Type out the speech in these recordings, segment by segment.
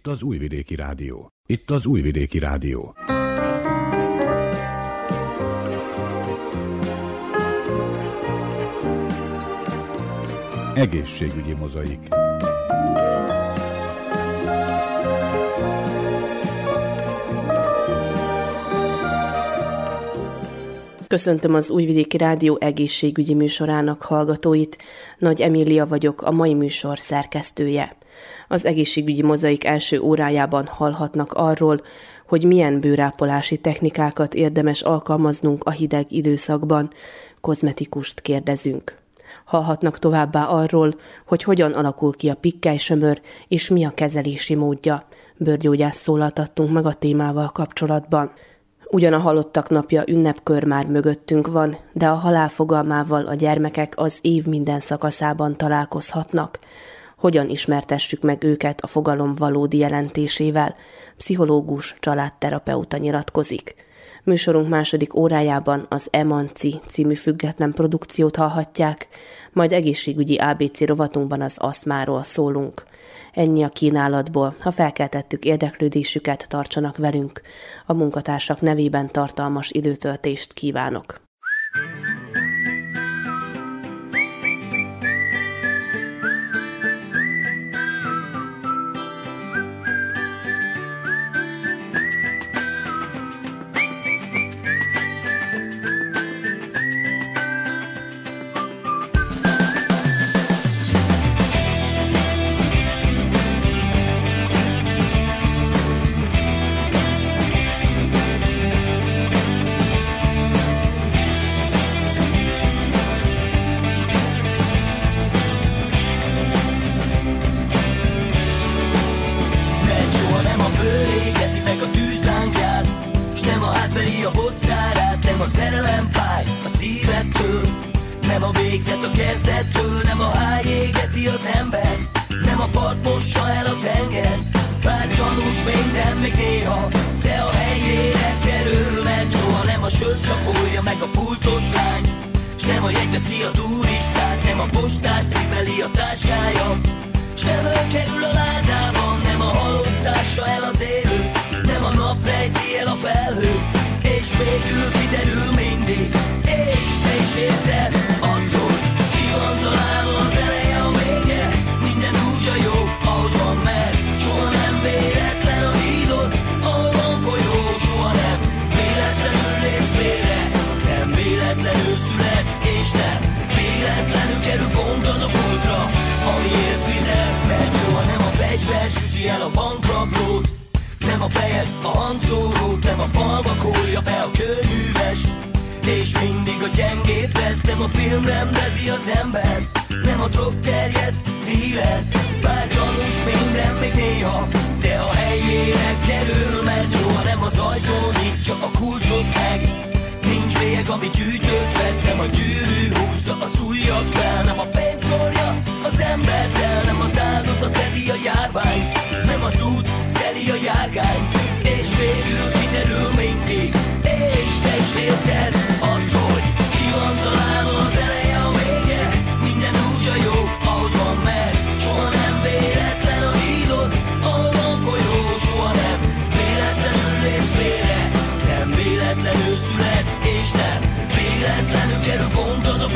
Itt az Újvidéki Rádió. Itt az Újvidéki Rádió. Egészségügyi mozaik. Köszöntöm az Újvidéki Rádió egészségügyi műsorának hallgatóit. Nagy Emília vagyok, a mai műsor szerkesztője. Az egészségügyi mozaik első órájában hallhatnak arról, hogy milyen bőrápolási technikákat érdemes alkalmaznunk a hideg időszakban. Kozmetikust kérdezünk. Hallhatnak továbbá arról, hogy hogyan alakul ki a pikkely-sömör és mi a kezelési módja. Bőrgyógyász szólaltattunk meg a témával kapcsolatban. Ugyan a halottak napja ünnepkör már mögöttünk van, de a halál fogalmával a gyermekek az év minden szakaszában találkozhatnak. Hogyan ismertessük meg őket a fogalom valódi jelentésével? Pszichológus, családterapeuta nyilatkozik. Műsorunk második órájában az Emanci című független produkciót hallhatják, majd egészségügyi ABC rovatunkban az asztmáról szólunk. Ennyi a kínálatból, ha felkeltettük érdeklődésüket, tartsanak velünk. A munkatársak nevében tartalmas időtöltést kívánok.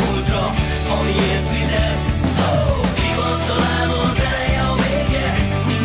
Amiért fizetsz, ki van találva az eleje a vége,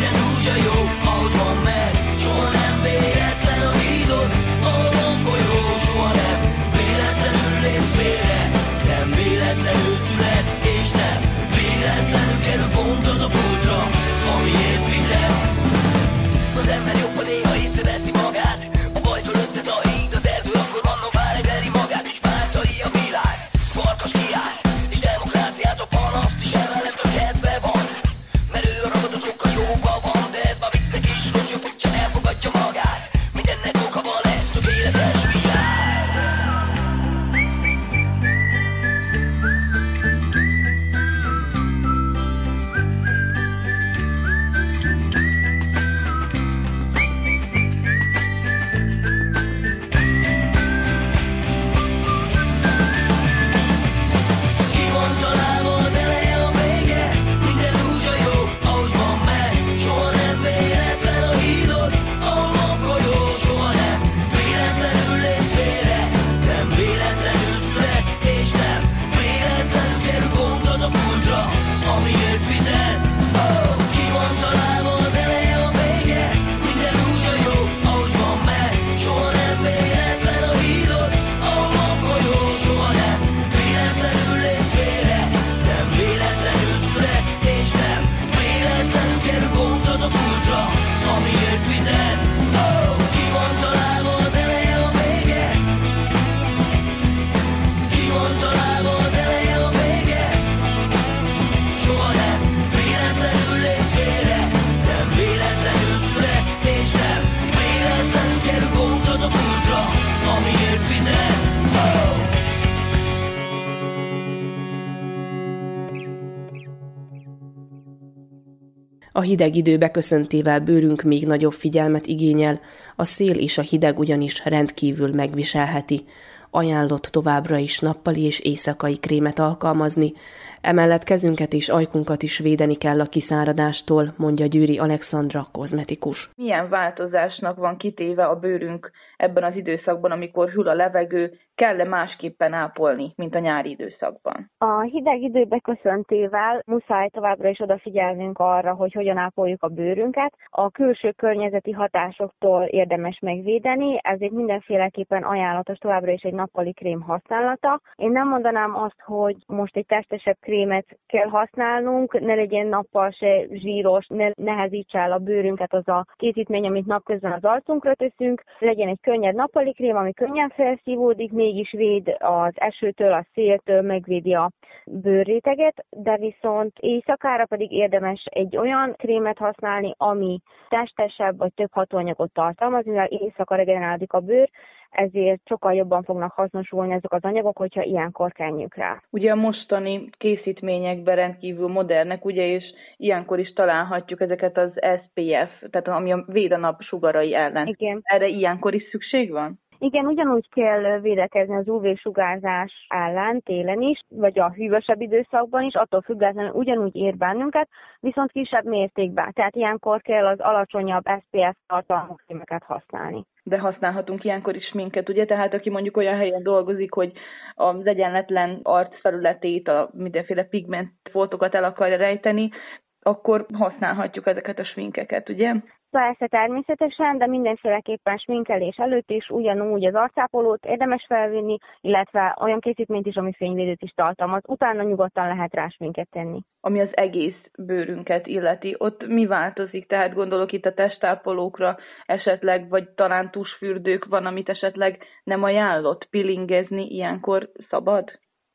A hideg idő beköszöntével bőrünk még nagyobb figyelmet igényel, a szél és a hideg ugyanis rendkívül megviselheti. Ajánlott továbbra is nappali és éjszakai krémet alkalmazni, emellett kezünket és ajkunkat is védeni kell a kiszáradástól, mondja Győri Alexandra, kozmetikus. Milyen változásnak van kitéve a bőrünk ebben az időszakban, amikor hűl a levegő, kell-e másképpen ápolni, mint a nyári időszakban? A hideg idő beköszöntével muszáj továbbra is odafigyelnünk arra, hogy hogyan ápoljuk a bőrünket. A külső környezeti hatásoktól érdemes megvédeni, ezért mindenféleképpen ajánlatos továbbra is egy nappali krém használata. Én nem mondanám azt, hogy most egy testesebb krémet kell használnunk, ne legyen nappal se zsíros, ne nehezítse el a bőrünket az a készítmény, amit napközben az arcunkra teszünk, legyen egy könnyed nappali krém, ami könnyen felszívódik, mégis véd az esőtől, a széltől, megvédi a bőrréteget, de viszont éjszakára pedig érdemes egy olyan krémet használni, ami testesebb vagy több hatóanyagot tartalmaz, mivel éjszaka regenerálódik a bőr, ezért sokkal jobban fognak hasznosulni ezek az anyagok, hogyha ilyenkor kenjük rá. Ugye a mostani készítményekben rendkívül modernek, ugye, és ilyenkor is találhatjuk ezeket az SPF, tehát ami a véd a nap sugarai ellen. Igen. Erre ilyenkor is szükség van? Igen, ugyanúgy kell védekezni az UV-sugárzás ellen télen is, vagy a hűvösebb időszakban is, attól függetlenül ugyanúgy ér bennünket, viszont kisebb mértékben. Tehát ilyenkor kell az alacsonyabb SPF tartalmú krémeket használni. De használhatunk ilyenkor is sminket, ugye? Tehát aki mondjuk olyan helyen dolgozik, hogy az egyenletlen arcfelületét, a mindenféle pigment foltokat el akarja rejteni, akkor használhatjuk ezeket a sminkeket, ugye? Persze természetesen, de mindenféleképpen sminkelés előtt is ugyanúgy az arcápolót érdemes felvinni, illetve olyan készítményt is, ami fényvédőt is tartalmaz. Utána nyugodtan lehet rá sminket tenni. Ami az egész bőrünket illeti, ott mi változik? Tehát gondolok itt a testápolókra esetleg, vagy talán tusfürdők van, amit esetleg nem ajánlott peelingezni, ilyenkor szabad?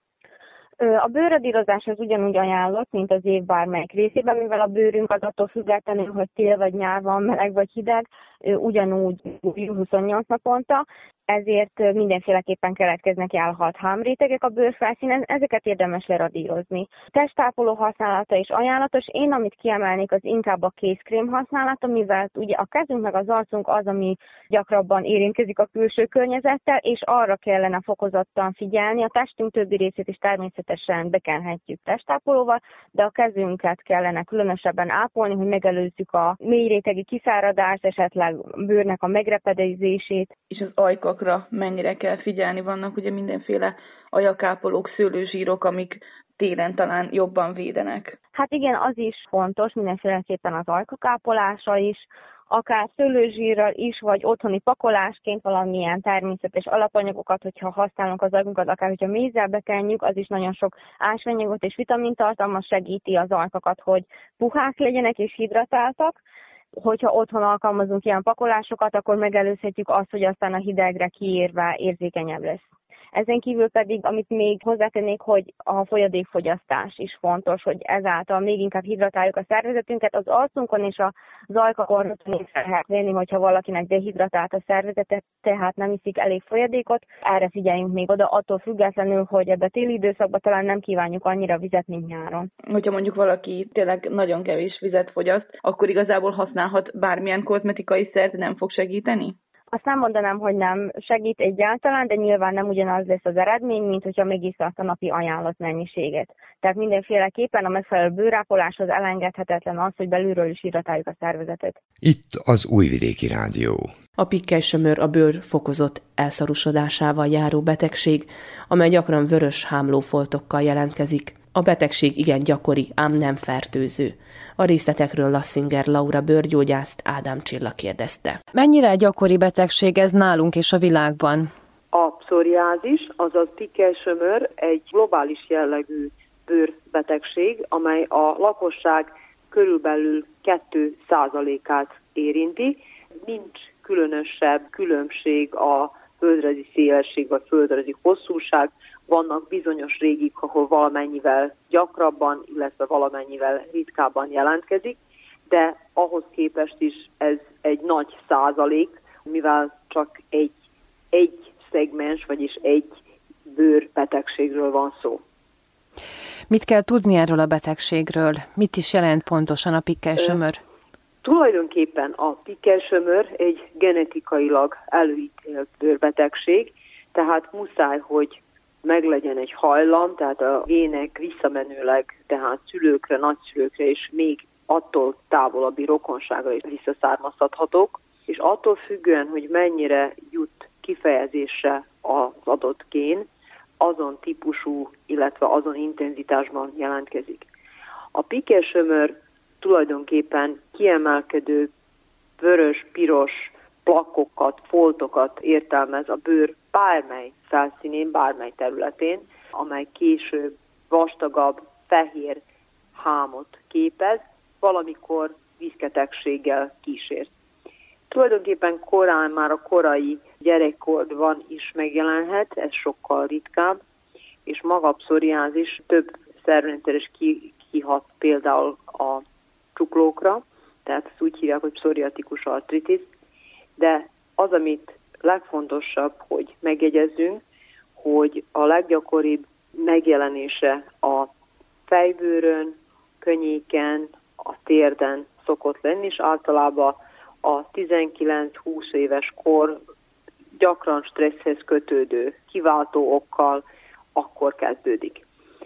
A bőrradírozás az ugyanúgy ajánlott, mint az év bármelyik részében, mivel a bőrünk az attól függetlenül, hogy tél vagy nyár van, meleg vagy hideg, ugyanúgy 28 naponta, ezért mindenféleképpen keletkeznek járhat hámrétegek a bőrfelszínen, ezeket érdemes leradírozni. Testápoló használata is ajánlatos, én amit kiemelnék az inkább a kézkrém használata, mivel ugye a kezünk meg az arcunk az, ami gyakrabban érintkezik a külső környezettel, és arra kellene fokozottan figyelni. A testünk többi részét is természetesen bekenhetjük testápolóval, de a kezünket kellene különösebben ápolni, hogy megelőzzük a mélyrétegi kiszáradást, esetleg bőrnek a megrepedezését. És az ajkakra mennyire kell figyelni? Vannak ugye mindenféle ajakápolók, szőlőzsírok, amik télen talán jobban védenek. Hát igen, az is fontos, mindenféleképpen az ajkakápolása is, akár szőlőzsírral is, vagy otthoni pakolásként valamilyen természetes alapanyagokat, hogyha használunk az ajkunkat, akár hogyha mézzel bekenjük, az is nagyon sok ásványanyagot és vitamintartalmat, segíti az ajkakat, hogy puhák legyenek és hidratáltak. Hogyha otthon alkalmazunk ilyen pakolásokat, akkor megelőzhetjük azt, hogy aztán a hidegre kiérve érzékenyebb lesz. Ezen kívül pedig, amit még hozzátennék, hogy a folyadékfogyasztás is fontos, hogy ezáltal még inkább hidratáljuk a szervezetünket. Az arcunkon és az ajkakon rögtön lehet venni, hogyha valakinek dehidratált a szervezete, tehát nem iszik elég folyadékot. Erre figyeljünk még oda, attól függetlenül, hogy ebbe téli időszakban talán nem kívánjuk annyira vizet, mint nyáron. Hogyha mondjuk valaki tényleg nagyon kevés vizet fogyaszt, akkor igazából használhat bármilyen kozmetikai szert, nem fog segíteni? Azt nem mondanám, hogy nem segít egyáltalán, de nyilván nem ugyanaz lesz az eredmény, mint hogyha megiszta azt a napi ajánlott mennyiséget. Tehát mindenféleképpen a megfelelő bőrápoláshoz elengedhetetlen az, hogy belülről is hidratáljuk a szervezetet. Itt az Újvidéki Rádió. A pikkely-sömör a bőr fokozott elszarosodásával járó betegség, amely gyakran vörös hámlófoltokkal jelentkezik. A betegség igen gyakori, ám nem fertőző. A részletekről Lassinger Laura bőrgyógyászt Ádám Csilla kérdezte. Mennyire gyakori betegség ez nálunk és a világban? A pszoriázis, azaz pikkely-sömör egy globális jellegű bőrbetegség, amely a lakosság körülbelül 2%-át érinti. Nincs különösebb különbség a földrajzi szélesség vagy földrajzi hosszúság. Vannak bizonyos régik, ahol valamennyivel gyakrabban, illetve valamennyivel ritkábban jelentkezik, de ahhoz képest is ez egy nagy százalék, mivel csak egy szegmens, vagyis egy bőrbetegségről van szó. Mit kell tudni erről a betegségről? Mit is jelent pontosan a pikkely-sömör? Tulajdonképpen a pikkely-sömör egy genetikailag előítélt bőrbetegség, tehát muszáj, hogy meglegyen egy hajlam, tehát a gének visszamenőleg, tehát szülőkre, nagyszülőkre és még attól távolabbi rokonságra is visszaszármaztathatók, és attól függően, hogy mennyire jut kifejezésre az adott gén, azon típusú, illetve azon intenzitásban jelentkezik. A pikkely-sömör tulajdonképpen kiemelkedő vörös-piros plakkokat, foltokat értelmez a bőr bármely felszínén, bármely területén, amely később vastagabb, fehér hámot képez, valamikor vízketegséggel kísért. Tulajdonképpen korán, már a korai gyerekkorban is megjelenhet, ez sokkal ritkább, és maga a pszoriázis több szervezetre is kihat, például a csuklókra, tehát ezt úgy hívják, hogy pszoriatikus artritis, de az, amit legfontosabb, hogy megjegyezzünk, hogy a leggyakoribb megjelenése a fejbőrön, könnyéken, a térden szokott lenni, és általában a 19-20 éves kor gyakran stresszhez kötődő kiváltó okkal akkor kezdődik.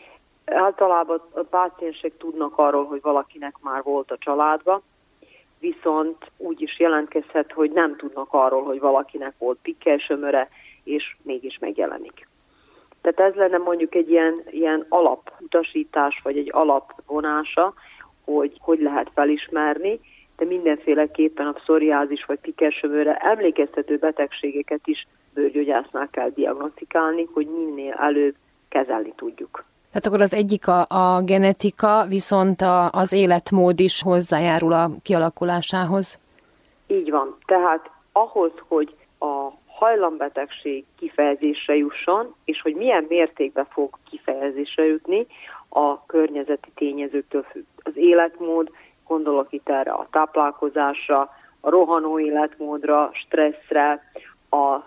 Általában a páciensek tudnak arról, hogy valakinek már volt a családban, viszont úgy is jelentkezhet, hogy nem tudnak arról, hogy valakinek volt pikkely-sömöre, és mégis megjelenik. Tehát ez lenne mondjuk egy ilyen alaputasítás, vagy egy alapvonása, hogy lehet felismerni, de mindenféleképpen a pszoriázis vagy pikkely-sömörre emlékeztető betegségeket is bőrgyógyásznál kell diagnosztikálni, hogy minél előbb kezelni tudjuk. Tehát akkor az egyik a genetika, viszont az életmód is hozzájárul a kialakulásához? Így van. Tehát ahhoz, hogy a hajlambetegség kifejezésre jusson, és hogy milyen mértékben fog kifejezésre jutni, a környezeti tényezőktől függ. Az életmód, gondolok itt erre a táplálkozásra, a rohanó életmódra, stresszre, a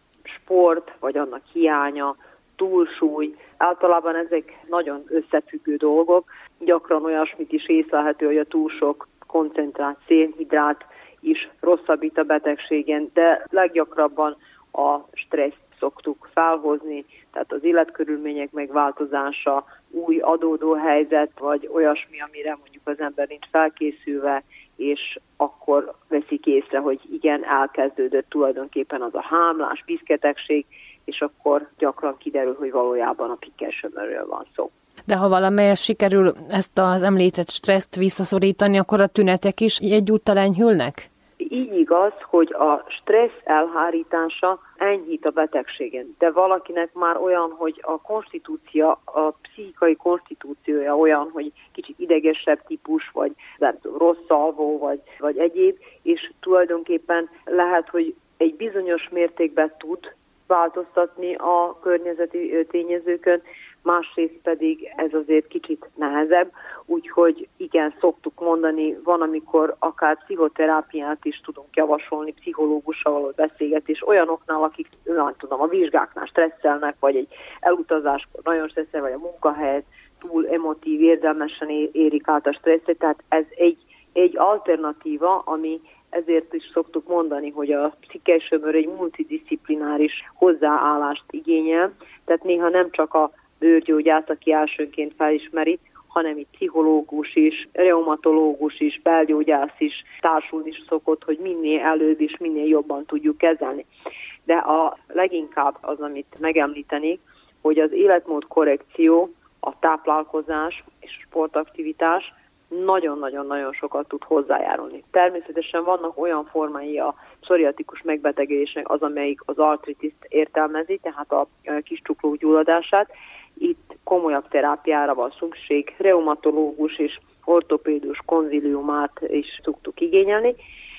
sport, vagy annak hiánya, túlsúly. Általában ezek nagyon összefüggő dolgok. Gyakran olyasmit is észlelhető, hogy a túl sok koncentrált szénhidrát is rosszabbít a betegségen, de leggyakrabban a stresszt szoktuk felhozni, tehát az életkörülmények megváltozása, új adódó helyzet, vagy olyasmi, amire mondjuk az ember nincs felkészülve, és akkor veszik észre, hogy igen, elkezdődött tulajdonképpen az a hámlás, vízketegség, és akkor gyakran kiderül, hogy valójában a pikkely-sömörről van szó. De ha valamelyest sikerül ezt az említett stresszt visszaszorítani, akkor a tünetek is egyúttal enyhülnek? Így igaz, hogy a stressz elhárítása enyhít a betegségen, de valakinek már olyan, hogy a konstitúció, a pszichikai konstitúciója olyan, hogy kicsit idegesebb típus, vagy nem tudom, rossz alvó, vagy egyéb, és tulajdonképpen lehet, hogy egy bizonyos mértékben tud változtatni a környezeti tényezőkön, másrészt pedig ez azért kicsit nehezebb, úgyhogy igen, szoktuk mondani, van, amikor akár pszichoterápiát is tudunk javasolni, pszichológussal való beszélgetés olyanoknál, akik, nem tudom, a vizsgáknál stresszelnek, vagy egy elutazáskor nagyon stresszel, vagy a munkahelyet túl emotív, érzelmesen érik át a stresszet, tehát ez egy alternatíva, ami ezért is szoktuk mondani, hogy a pikkely-sömör egy multidisziplináris hozzáállást igényel, tehát néha nem csak a bőrgyógyász, aki elsőként felismeri, hanem itt pszichológus is, reumatológus is, belgyógyász is társulni is szokott, hogy minél előbb és minél jobban tudjuk kezelni. De a leginkább az, amit megemlítenék, hogy az életmód korrekció, a táplálkozás és a sportaktivitás nagyon-nagyon-nagyon sokat tud hozzájárulni. Természetesen vannak olyan formái a pszoriatikus megbetegedésnek, az, amelyik az artritiszt értelmezi, tehát a kis csuklók gyulladását. Itt komolyabb terápiára van szükség, reumatológus és ortopédus konziliumát is szoktuk igényelni,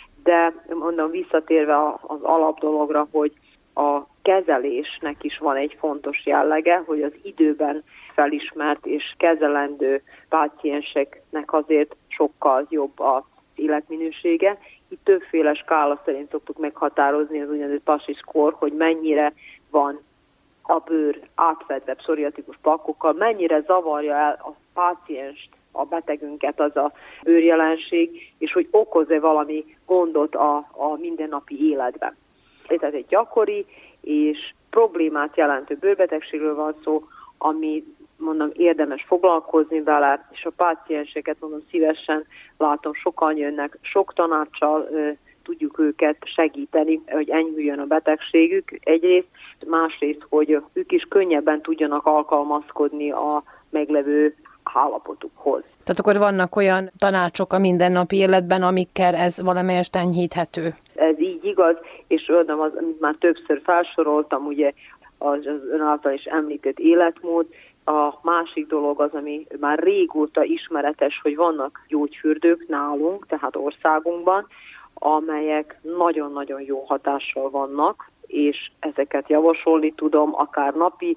de mondom, visszatérve az alapdologra, hogy a kezelésnek is van egy fontos jellege, hogy az időben felismert és kezelendő pácienseknek azért sokkal jobb az életminősége. Itt többféle skála szerint szoktuk meghatározni az úgynevezett PASI score, hogy mennyire van a bőr átfedve pszoriatikus plakkokkal, mennyire zavarja el a pácienst, a betegünket az a bőrjelenség, és hogy okoz-e valami gondot a mindennapi életben. Tehát egy gyakori és problémát jelentő bőrbetegségről van szó, ami mondom érdemes foglalkozni vele, és a pácienseket mondom szívesen látom, sokan jönnek, sok tanáccsal tudjuk őket segíteni, hogy enyhüljön a betegségük egyrészt, másrészt, hogy ők is könnyebben tudjanak alkalmazkodni a meglevő állapotukhoz. Tehát akkor vannak olyan tanácsok a mindennapi életben, amikkel ez valamelyest enyhíthető? Ez így igaz, és mondom, amit már többször felsoroltam, ugye az ön által is említett életmód. A másik dolog az, ami már régóta ismeretes, hogy vannak gyógyfürdők nálunk, tehát országunkban, amelyek nagyon-nagyon jó hatással vannak, és ezeket javasolni tudom, akár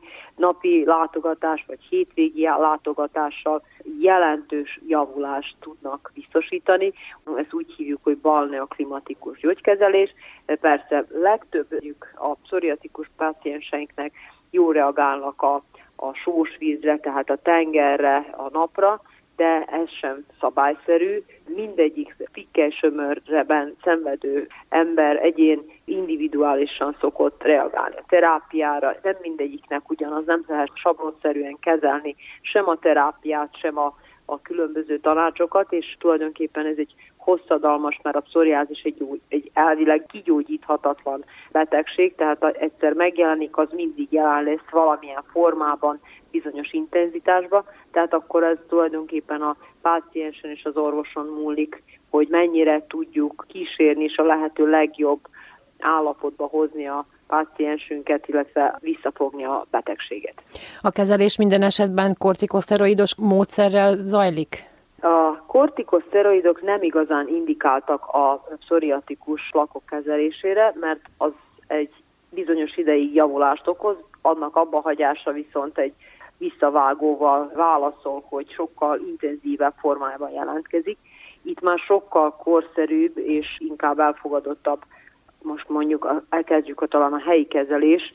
napi látogatás, vagy hétvégi látogatással jelentős javulást tudnak biztosítani. Ezt úgy hívjuk, hogy balneoklimatikus gyógykezelés. Persze legtöbbjük a pszoriatikus pácienseinknek jól reagálnak a sós vízre, tehát a tengerre, a napra, de ez sem szabályszerű. Mindegyik pikkely-sömörben szenvedő ember, egyén individuálisan szokott reagálni a terápiára. Nem mindegyiknek ugyanaz, nem lehet sablonszerűen kezelni sem a terápiát, sem a különböző tanácsokat, és tulajdonképpen ez egy hosszadalmas, mert a pszoriázis egy elvileg kigyógyíthatatlan betegség, tehát egyszer megjelenik, az mindig jelen lesz valamilyen formában, bizonyos intenzitásban, tehát akkor ez tulajdonképpen a páciensen és az orvoson múlik, hogy mennyire tudjuk kísérni és a lehető legjobb állapotba hozni a páciensünket, illetve visszafogni a betegséget. A kezelés minden esetben kortikoszteroidos módszerrel zajlik? A kortikoszteroidok nem igazán indikáltak a pszoriatikus plakok kezelésére, mert az egy bizonyos ideig javulást okoz, annak abbahagyása viszont egy visszavágóval válaszol, hogy sokkal intenzívebb formájában jelentkezik. Itt már sokkal korszerűbb és inkább elfogadottabb, most mondjuk elkezdjük talán a helyi kezelés,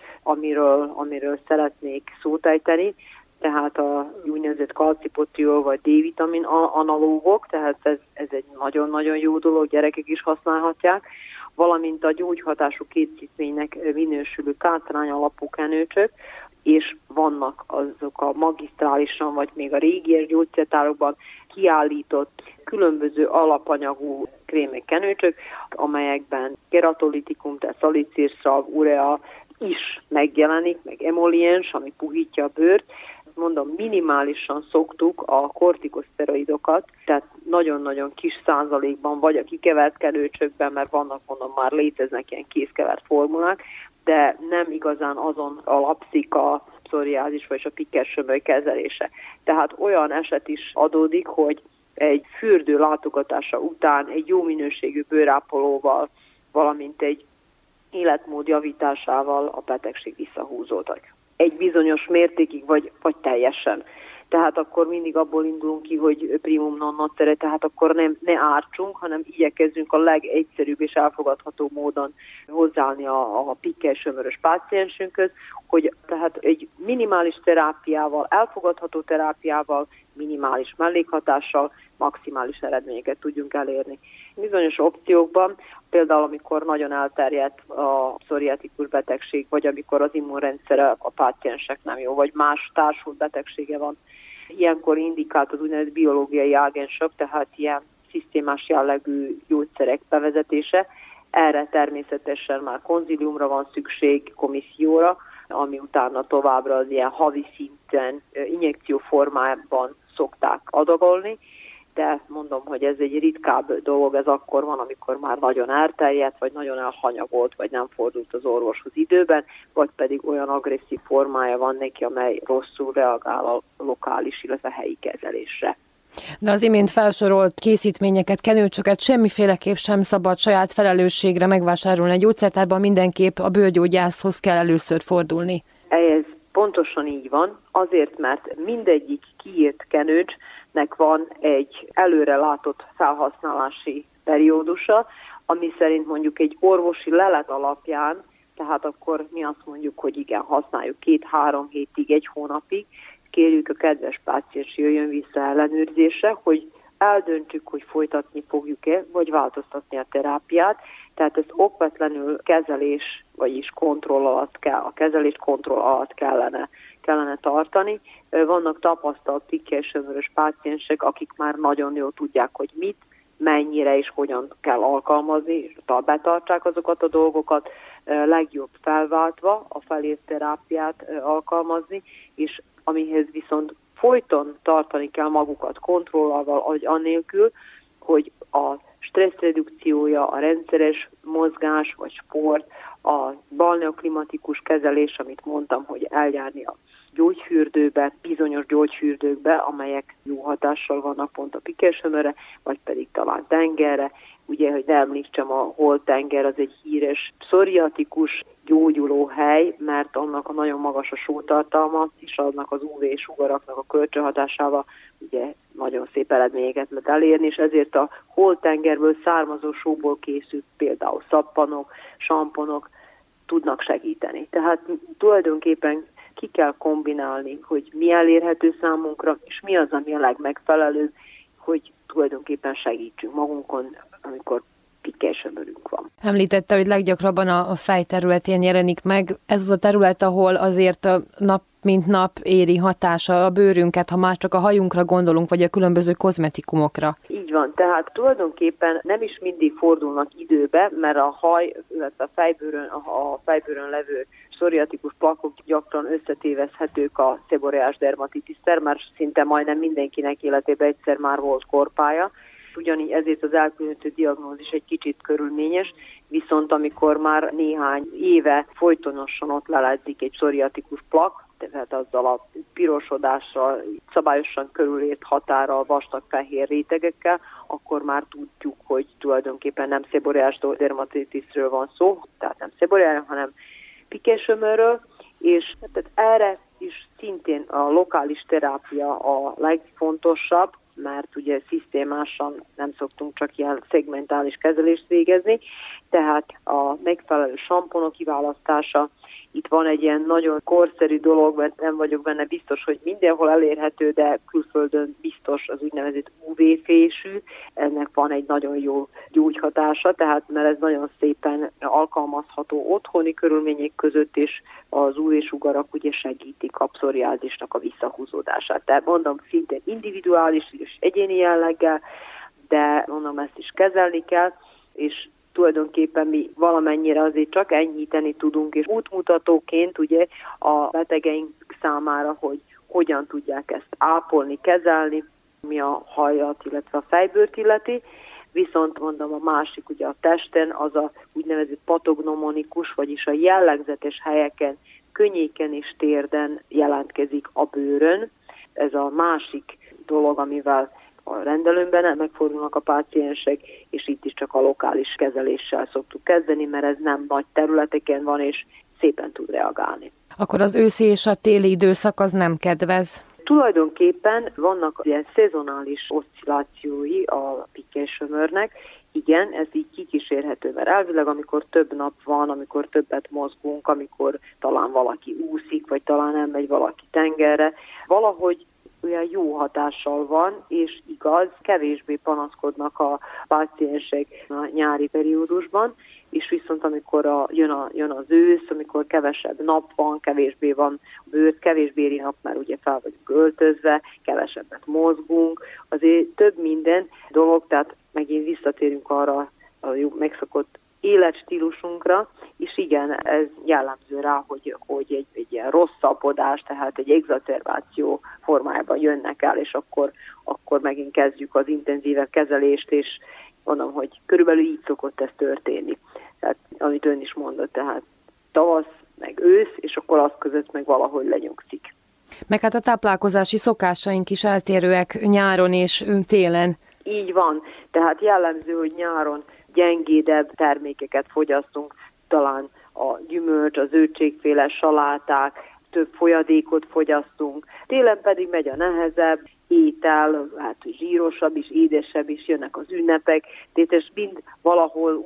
amiről szeretnék szót ejteni, tehát a úgynevezett kalcipotriol vagy D-vitamin analógok, tehát ez egy nagyon-nagyon jó dolog, gyerekek is használhatják, valamint a gyógyhatású készítménynek minősülő kátrán alapú kenőcsök, és vannak azok a magisztrálisan, vagy még a régies gyógyszertárokban kiállított különböző alapanyagú krémek, kenőcsök, amelyekben keratolitikum, tehát szalicilszalv, urea is megjelenik, meg emoliens, ami puhítja a bőrt. Mondom, minimálisan szoktuk a kortikoszteroidokat, tehát nagyon-nagyon kis százalékban, vagy a kikevert kenőcsökben, mert vannak, mondom, már léteznek ilyen készkevert formulák, de nem igazán azon alapszik a pszoriázis vagy a pikkely-sömör kezelése. Tehát olyan eset is adódik, hogy egy fürdő látogatása után egy jó minőségű bőrápolóval, valamint egy életmód javításával a betegség visszahúzódik. Egy bizonyos mértékig, vagy teljesen. Tehát akkor mindig abból indulunk ki, hogy primum non nocere, tehát akkor ne ártsunk, hanem igyekezzünk a legegyszerűbb és elfogadható módon hozzáállni a pikkely-sömörös páciensünkhöz, hogy tehát egy minimális terápiával, elfogadható terápiával, minimális mellékhatással maximális eredményeket tudjunk elérni. Bizonyos opciókban, például amikor nagyon elterjedt a pszoriatikus betegség, vagy amikor az immunrendszere a páciensek nem jó, vagy más társult betegsége van, ilyenkor indikált az úgynevezett biológiai ágensok, tehát ilyen szisztémás jellegű gyógyszerek bevezetése. Erre természetesen már konzíliumra van szükség, komisszióra, ami utána továbbra az ilyen havi szinten injekció formájában szokták adagolni, de mondom, hogy ez egy ritkább dolog, ez akkor van, amikor már nagyon elterjedt, vagy nagyon elhanyagolt, vagy nem fordult az orvoshoz időben, vagy pedig olyan agresszív formája van neki, amely rosszul reagál a lokális, illetve helyi kezelésre. De az imént felsorolt készítményeket, kenőcsöket semmiféleképp sem szabad saját felelősségre megvásárolni a gyógyszertárban, mindenképp a bőrgyógyászhoz kell először fordulni. Ez pontosan így van, azért, mert mindegyik kiírt kenőcsnek van egy előre látott felhasználási periódusa, ami szerint mondjuk egy orvosi lelet alapján tehát akkor mi azt mondjuk, hogy igen, használjuk 2-3 hétig, 1 hónapig, kérjük a kedves páciens jöjjön vissza ellenőrzésre, hogy eldöntsük, hogy folytatni fogjuk-e, vagy változtatni a terápiát. Tehát ezt okvetlenül kezelés, vagyis kontroll alatt a kezelést kontroll alatt kellene tartani. Vannak tapasztalt pikkely-sömörös páciensek, akik már nagyon jól tudják, hogy mit, mennyire és hogyan kell alkalmazni, és betartsák azokat a dolgokat, legjobb felváltva a felért terápiát alkalmazni, és amihez viszont folyton tartani kell magukat kontrollával, annélkül, hogy a stresszredukciója, a rendszeres mozgás vagy sport, a balneoklimatikus kezelés, amit mondtam, hogy eljárni a gyógyfürdőbe, bizonyos gyógyfürdőkbe, amelyek jó hatással vannak pont a pikkely-sömörre, vagy pedig talán tengerre. Ugye, hogy ne említsem, a Holt-tenger az egy híres pszoriatikus gyógyuló hely, mert annak a nagyon magas a sótartalma, és annak az UV-sugaraknak a kölcsönhatásával ugye nagyon szép eredményeket lehet elérni, és ezért a Holt-tengerből származó sóból készült például szappanok, samponok tudnak segíteni. Tehát tulajdonképpen ki kell kombinálni, hogy mi elérhető számunkra, és mi az, ami a legmegfelelőbb, hogy tulajdonképpen segítsünk magunkon, amikor pikkely-sömörünk van. Említette, hogy leggyakrabban a fej területén jelenik meg. Ez az a terület, ahol azért a nap mint nap éri hatása a bőrünket, ha már csak a hajunkra gondolunk, vagy a különböző kozmetikumokra. Így van, tehát tulajdonképpen nem is mindig fordulnak időbe, mert a haj, illetve a fejbőrön levő pszoriatikus plakok gyakran összetévezhetők a szeboreás dermatitisszel, mert szinte majdnem mindenkinek életében egyszer már volt korpája. Ugyanígy ezért az elkülönítő diagnózis egy kicsit körülményes, viszont amikor már néhány éve folytonosan ott leledzik egy pszoriatikus plak, tehát azzal a pirosodással, szabályosan körülért határral, vastag fehér rétegekkel, akkor már tudjuk, hogy tulajdonképpen nem szeboreás dermatitisről van szó, tehát nem szeboreás, hanem pikkely-sömörről, és tehát erre is szintén a lokális terápia a legfontosabb, mert ugye szisztémásan nem szoktunk csak ilyen szegmentális kezelést végezni, tehát a megfelelő samponok kiválasztása. Itt van egy ilyen nagyon korszerű dolog, mert nem vagyok benne biztos, hogy mindenhol elérhető, de külföldön biztos az úgynevezett UV-fésű. Ennek van egy nagyon jó gyógyhatása, tehát mert ez nagyon szépen alkalmazható otthoni körülmények között, és az UV-sugarak ugye segítik a pszoriázisnak a visszahúzódását. Tehát mondom, szintén individuális és egyéni jelleggel, de mondom, ezt is kezelni kell, és tulajdonképpen mi valamennyire azért csak enyhíteni tudunk, és útmutatóként ugye a betegeink számára, hogy hogyan tudják ezt ápolni, kezelni, mi a hajat, illetve a fejbőrt illeti. Viszont mondom, a másik ugye a testen az a úgynevezett patognomonikus, vagyis a jellegzetes helyeken, könnyéken és térden jelentkezik a bőrön. Ez a másik dolog, amivel a rendelőmben megfordulnak a páciensek, és itt is csak a lokális kezeléssel szoktuk kezdeni, mert ez nem nagy területeken van, és szépen tud reagálni. Akkor az őszi és a téli időszak az nem kedvez? Tulajdonképpen vannak ilyen szezonális oszcillációi a pikkely-sömörnek. Igen, ez így kikísérhető, mert elvileg amikor több nap van, amikor többet mozgunk, amikor talán valaki úszik, vagy talán elmegy valaki tengerre, valahogy olyan jó hatással van, és igaz, kevésbé panaszkodnak a páciensek a nyári periódusban, és viszont amikor jön az ősz, amikor kevesebb nap van, kevésbé van bőrt, kevésbé éri nap, mert ugye fel vagyunk öltözve, kevesebbet mozgunk, azért több minden dolog, tehát megint visszatérünk arra a jó megszokott életstílusunkra, és igen, ez jellemző rá, hogy egy ilyen rosszabbodás, tehát egy exacerbáció formájában jönnek el, és akkor megint kezdjük az intenzívebb kezelést, és mondom, hogy körülbelül így szokott ez történni. Tehát, amit ön is mondott, tehát tavasz, meg ősz, és akkor az között meg valahogy lenyugszik. Meg hát a táplálkozási szokásaink is eltérőek nyáron és télen. Így van, tehát jellemző, hogy nyáron gyengédebb termékeket fogyasztunk, talán a gyümölcs, a zöldségféle saláták, több folyadékot fogyasztunk, télen pedig megy a nehezebb étel, hát zsírosabb is, édesebb is, jönnek az ünnepek, tehát ez mind valahol úgy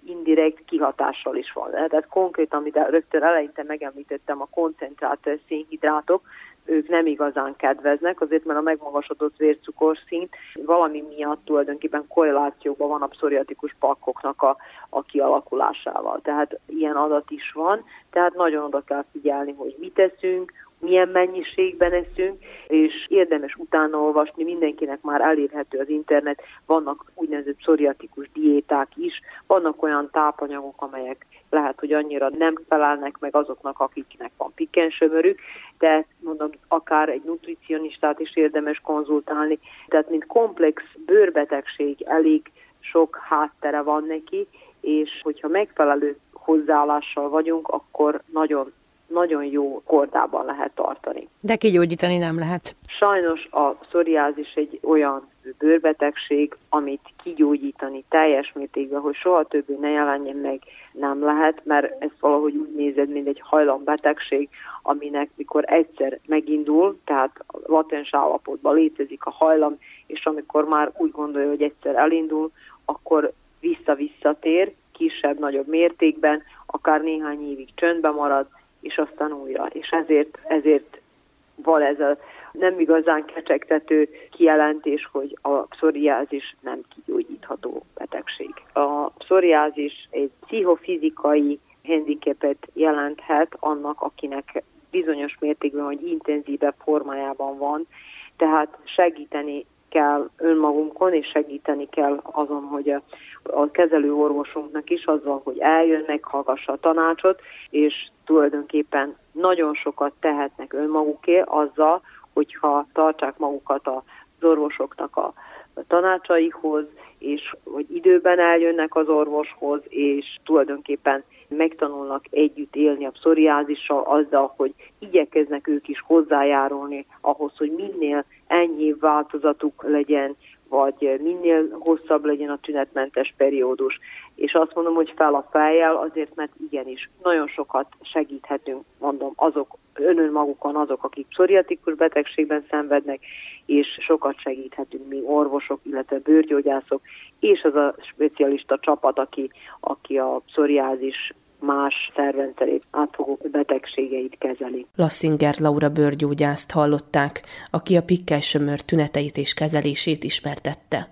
indirekt kihatással is van. Tehát konkrétan, amit rögtön eleinte megemlítettem, a koncentrált szénhidrátok, ők nem igazán kedveznek, azért mert a megmagasodott vércukorszint valami miatt tulajdonképpen korrelációban van a pszoriatikus pakkoknak a kialakulásával. Tehát ilyen adat is van, tehát nagyon oda kell figyelni, hogy mit eszünk, milyen mennyiségben eszünk, és érdemes utána olvasni, mindenkinek már elérhető az internet, vannak úgynevezett pszoriatikus diéták is, vannak olyan tápanyagok, amelyek lehet, hogy annyira nem felelnek meg azoknak, akiknek van pikkensömörük, de mondom, akár egy nutricionistát is érdemes konzultálni, tehát mint komplex bőrbetegség elég sok háttere van neki, és hogyha megfelelő hozzáállással vagyunk, akkor nagyon jó kordában lehet tartani. De kigyógyítani nem lehet. Sajnos a pszoriázis egy olyan bőrbetegség, amit kigyógyítani teljes mértékben, hogy soha többé ne jelenjen meg, nem lehet, mert ez valahogy úgy nézed, mint egy hajlambetegség, aminek mikor egyszer megindul, tehát latens állapotban létezik a hajlam, és amikor már úgy gondolja, hogy egyszer elindul, akkor visszatér, kisebb-nagyobb mértékben, akár néhány évig csöndben marad, és aztán újra. És ezért van ez a nem igazán kecsegtető kijelentés, hogy a pszoriázis nem kigyógyítható betegség. A pszoriázis egy pszichofizikai handicapet jelenthet annak, akinek bizonyos mértékben vagy intenzívebb formájában van, tehát segíteni kell önmagunkon, és segíteni kell azon, hogy a kezelő orvosunknak is azzal, hogy eljön, meghallgassa a tanácsot, és tulajdonképpen nagyon sokat tehetnek önmagukért azzal, hogyha tartsák magukat az orvosoknak a tanácsaikhoz, és hogy időben eljönnek az orvoshoz, és tulajdonképpen megtanulnak együtt élni a pszoriázissal azzal, hogy igyekeznek ők is hozzájárulni ahhoz, hogy minél enyhébb változatuk legyen, vagy minél hosszabb legyen a tünetmentes periódus. És azt mondom, hogy fel a fejjel, azért, mert igenis nagyon sokat segíthetünk, mondom, önmagukon azok, akik pszoriatikus betegségben szenvednek, és sokat segíthetünk mi orvosok, illetve bőrgyógyászok, és az a specialista csapat, aki a pszoriázis más szervrendszerét átfogó betegségeit kezeli. Lassinger Laura bőrgyógyászt hallották, aki a pikkely-sömör tüneteit és kezelését ismertette.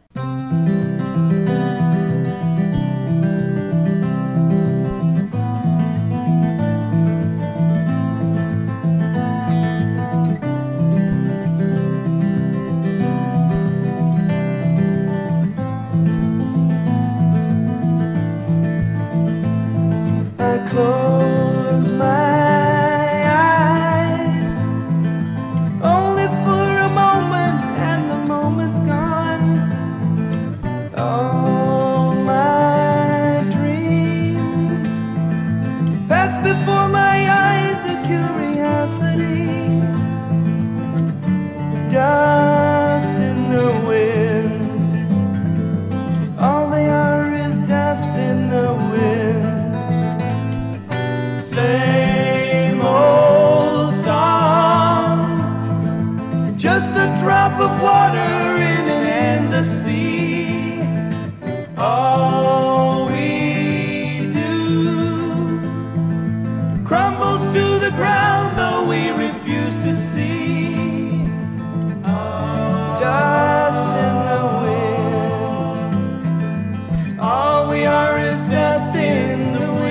Close my eyes, only for a moment, and the moment's gone. All my dreams pass before my eyes, a curiosity, dust in the wind. All they are is dust in the wind. Same old song, just a drop of water in an endless sea. All we do crumbles to the ground, though we refuse to see. Dust in the wind. All we are is dust in the wind.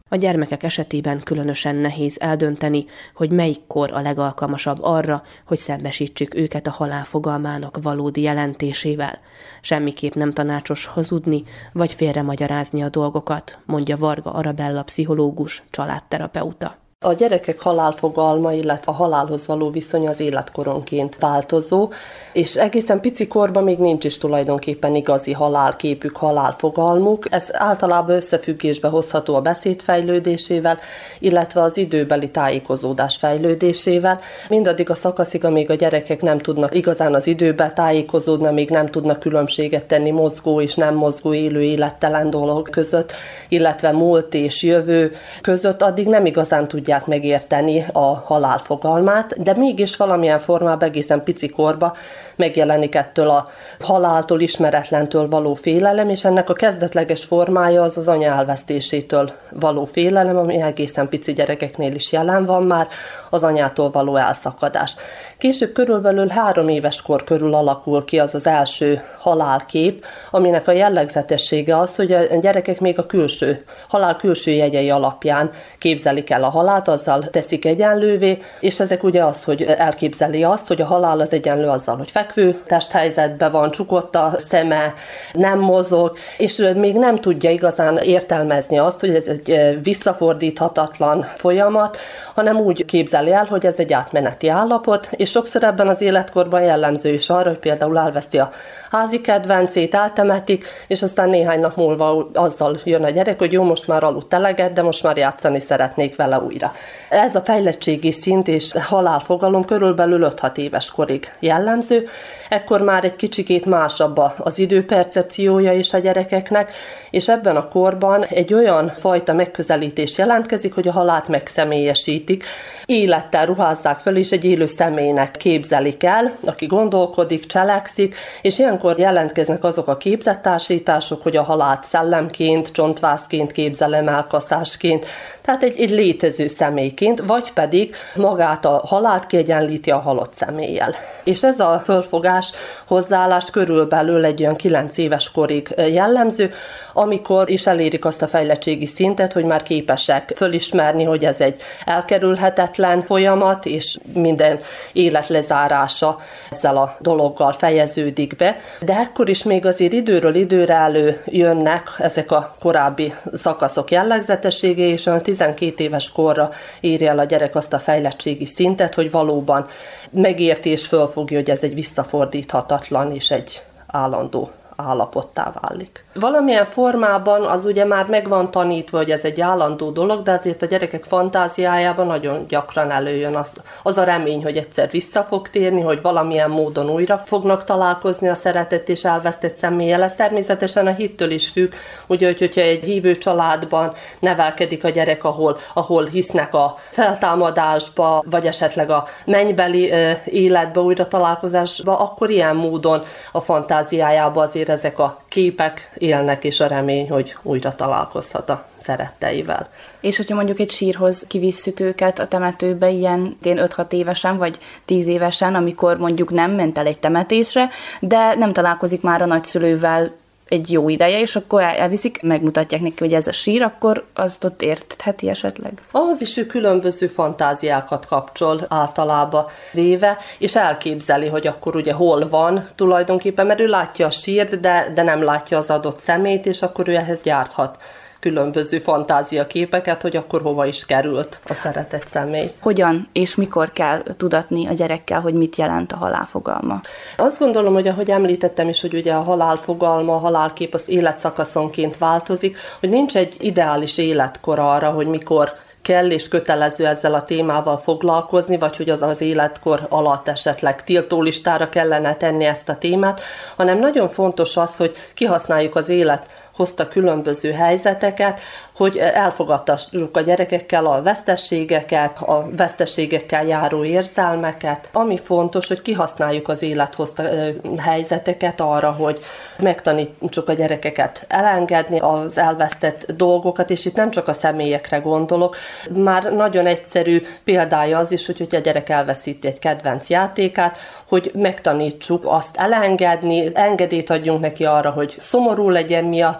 A gyermekek esetében különösen nehéz eldönteni, hogy melyik kor a legalkalmasabb arra, hogy szembesítsük őket a halál fogalmának valódi jelentésével. Semmiképp nem tanácsos hazudni, vagy félremagyarázni a dolgokat, mondja Varga Arabella pszichológus, családterapeuta. A gyerekek halálfogalma, illetve a halálhoz való viszony az életkoronként változó, és egészen pici korban még nincs is tulajdonképpen igazi halálképük, halálfogalmuk. Ez általában összefüggésbe hozható a beszéd fejlődésével, illetve az időbeli tájékozódás fejlődésével. Mindaddig a szakaszig, amíg a gyerekek nem tudnak igazán az időben tájékozódni, még nem tudnak különbséget tenni mozgó és nem mozgó, élő, élettelen dolog között, illetve múlt és jövő között, addig nem igazán tudják megérteni a halál fogalmát, de mégis valamilyen formában egészen pici korba megjelenik ettől a haláltól, ismeretlentől való félelem, és ennek a kezdetleges formája az az anya elvesztésétől való félelem, ami egészen pici gyerekeknél is jelen van már, az anyától való elszakadás. Később körülbelül 3 éves kor körül alakul ki az az első halálkép, aminek a jellegzetessége az, hogy a gyerekek még a halál külső jegyei alapján képzelik el a halált, azzal teszik egyenlővé, és ezek ugye az, hogy elképzeli azt, hogy a halál az egyenlő azzal, hogy fekvő testhelyzetben van, csukott a szeme, nem mozog, és még nem tudja igazán értelmezni azt, hogy ez egy visszafordíthatatlan folyamat, hanem úgy képzeli el, hogy ez egy átmeneti állapot, és sokszor ebben az életkorban jellemző is arra, hogy például elveszti a házi kedvencét, eltemetik, és aztán néhány nap múlva azzal jön a gyerek, hogy jó, most már aludt eleget, de most már játszani szeretnék vele újra. Ez a fejlettségi szint és halálfogalom körülbelül 5-6 éves korig jellemző. Ekkor már egy kicsikét másabb az időpercepciója is a gyerekeknek, és ebben a korban egy olyan fajta megközelítés jelentkezik, hogy a halált megszemélyesítik, élettel ruházzák föl, és egy élő személynek képzelik el, aki gondolkodik, cselekszik, és ilyenkor jelentkeznek azok a képzettársítások, hogy a halált szellemként, csontvászként képzelem, elkaszásként, tehát egy létező személyként, vagy pedig magát a halált kiegyenlíti a halott személlyel. És ez a fölfogás, hozzáállás körülbelül egy olyan 9 éves korig jellemző, amikor is elérik azt a fejlettségi szintet, hogy már képesek fölismerni, hogy ez egy elkerülhetetlen folyamat, és minden életlezárása ezzel a dologgal fejeződik be. De ekkor is még azért időről időre előjönnek ezek a korábbi szakaszok jellegzetességei, és olyan 12 éves korra érje el a gyerek azt a fejlettségi szintet, hogy valóban megérti és fölfogja, hogy ez egy visszafordíthatatlan és egy állandó állapottá válik. Valamilyen formában az ugye már meg van tanítva, hogy ez egy állandó dolog, de azért a gyerekek fantáziájában nagyon gyakran előjön az a remény, hogy egyszer vissza fog térni, hogy valamilyen módon újra fognak találkozni a szeretett és elvesztett személlyel. Ez természetesen a hittől is függ, ugye, hogyha egy hívő családban nevelkedik a gyerek, ahol hisznek a feltámadásba, vagy esetleg a mennybeli életbe, újra találkozásba, akkor ilyen módon a fantáziájában azért ezek a képek élnek, és a remény, hogy újra találkozhat a szeretteivel. És hogyha mondjuk egy sírhoz kivisszük őket a temetőbe ilyen 5-6 évesen, vagy 10 évesen, amikor mondjuk nem ment el egy temetésre, de nem találkozik már a nagyszülővel egy jó ideje, és akkor elviszik, megmutatják neki, hogy ez a sír, akkor azt ott értheti esetleg. Ahhoz is ő különböző fantáziákat kapcsol általában véve, és elképzeli, hogy akkor ugye hol van tulajdonképpen, mert ő látja a sírt, de nem látja az adott szemét, és akkor ő ehhez gyárthat különböző fantáziaképeket, hogy akkor hova is került a szeretett személy. Hogyan és mikor kell tudatni a gyerekkel, hogy mit jelent a halálfogalma? Azt gondolom, hogy ahogy említettem is, hogy ugye a halálfogalma, a halálkép az életszakaszonként változik, hogy nincs egy ideális életkor arra, hogy mikor kell és kötelező ezzel a témával foglalkozni, vagy hogy az életkor alatt esetleg tiltólistára kellene tenni ezt a témát, hanem nagyon fontos az, hogy kihasználjuk az élet hozta különböző helyzeteket, hogy elfogadtassuk a gyerekekkel a veszteségeket, a veszteségekkel járó érzelmeket. Ami fontos, hogy kihasználjuk az élet hozta helyzeteket arra, hogy megtanítsuk a gyerekeket elengedni az elvesztett dolgokat, és itt nem csak a személyekre gondolok. Már nagyon egyszerű példája az is, hogy a gyerek elveszíti egy kedvenc játékát, hogy megtanítsuk azt elengedni, engedélyt adjunk neki arra, hogy szomorú legyen miatt,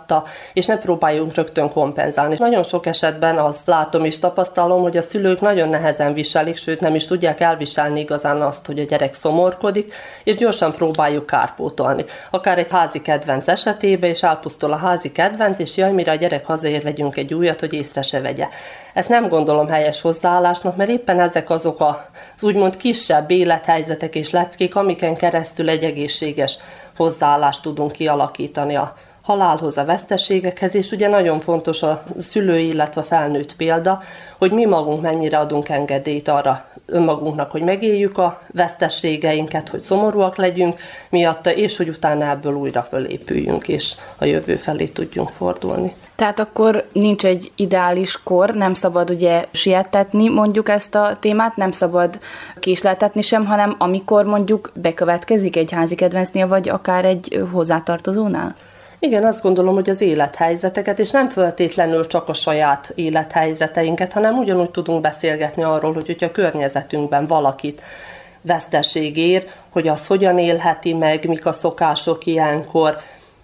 miatta, és ne próbáljunk rögtön kompenzálni. Nagyon sok esetben azt látom és tapasztalom, hogy a szülők nagyon nehezen viselik, sőt nem is tudják elviselni igazán azt, hogy a gyerek szomorkodik, és gyorsan próbáljuk kárpótolni. Akár egy házi kedvenc esetében, és elpusztul a házi kedvenc, és jaj, mire a gyerek hazaér, vegyünk egy újat, hogy észre se vegye. Ezt nem gondolom helyes hozzáállásnak, mert éppen ezek azok az úgymond kisebb élethelyzetek és leckék, amiken keresztül egy egészséges hozzáállást tudunk kialakítani a halálhoz, a veszteségekhez, és ugye nagyon fontos a szülői, illetve a felnőtt példa, hogy mi magunk mennyire adunk engedélyt arra önmagunknak, hogy megéljük a veszteségeinket, hogy szomorúak legyünk miatta, és hogy utána ebből újra fölépüljünk, és a jövő felé tudjunk fordulni. Tehát akkor nincs egy ideális kor, nem szabad ugye sietetni mondjuk ezt a témát, nem szabad késleltetni sem, hanem amikor mondjuk bekövetkezik egy házi kedvencnél, vagy akár egy hozzátartozónál? Igen, azt gondolom, hogy az élethelyzeteket, és nem feltétlenül csak a saját élethelyzeteinket, hanem ugyanúgy tudunk beszélgetni arról, hogy a környezetünkben valakit veszteség ér, hogy az hogyan élheti meg, mik a szokások ilyenkor,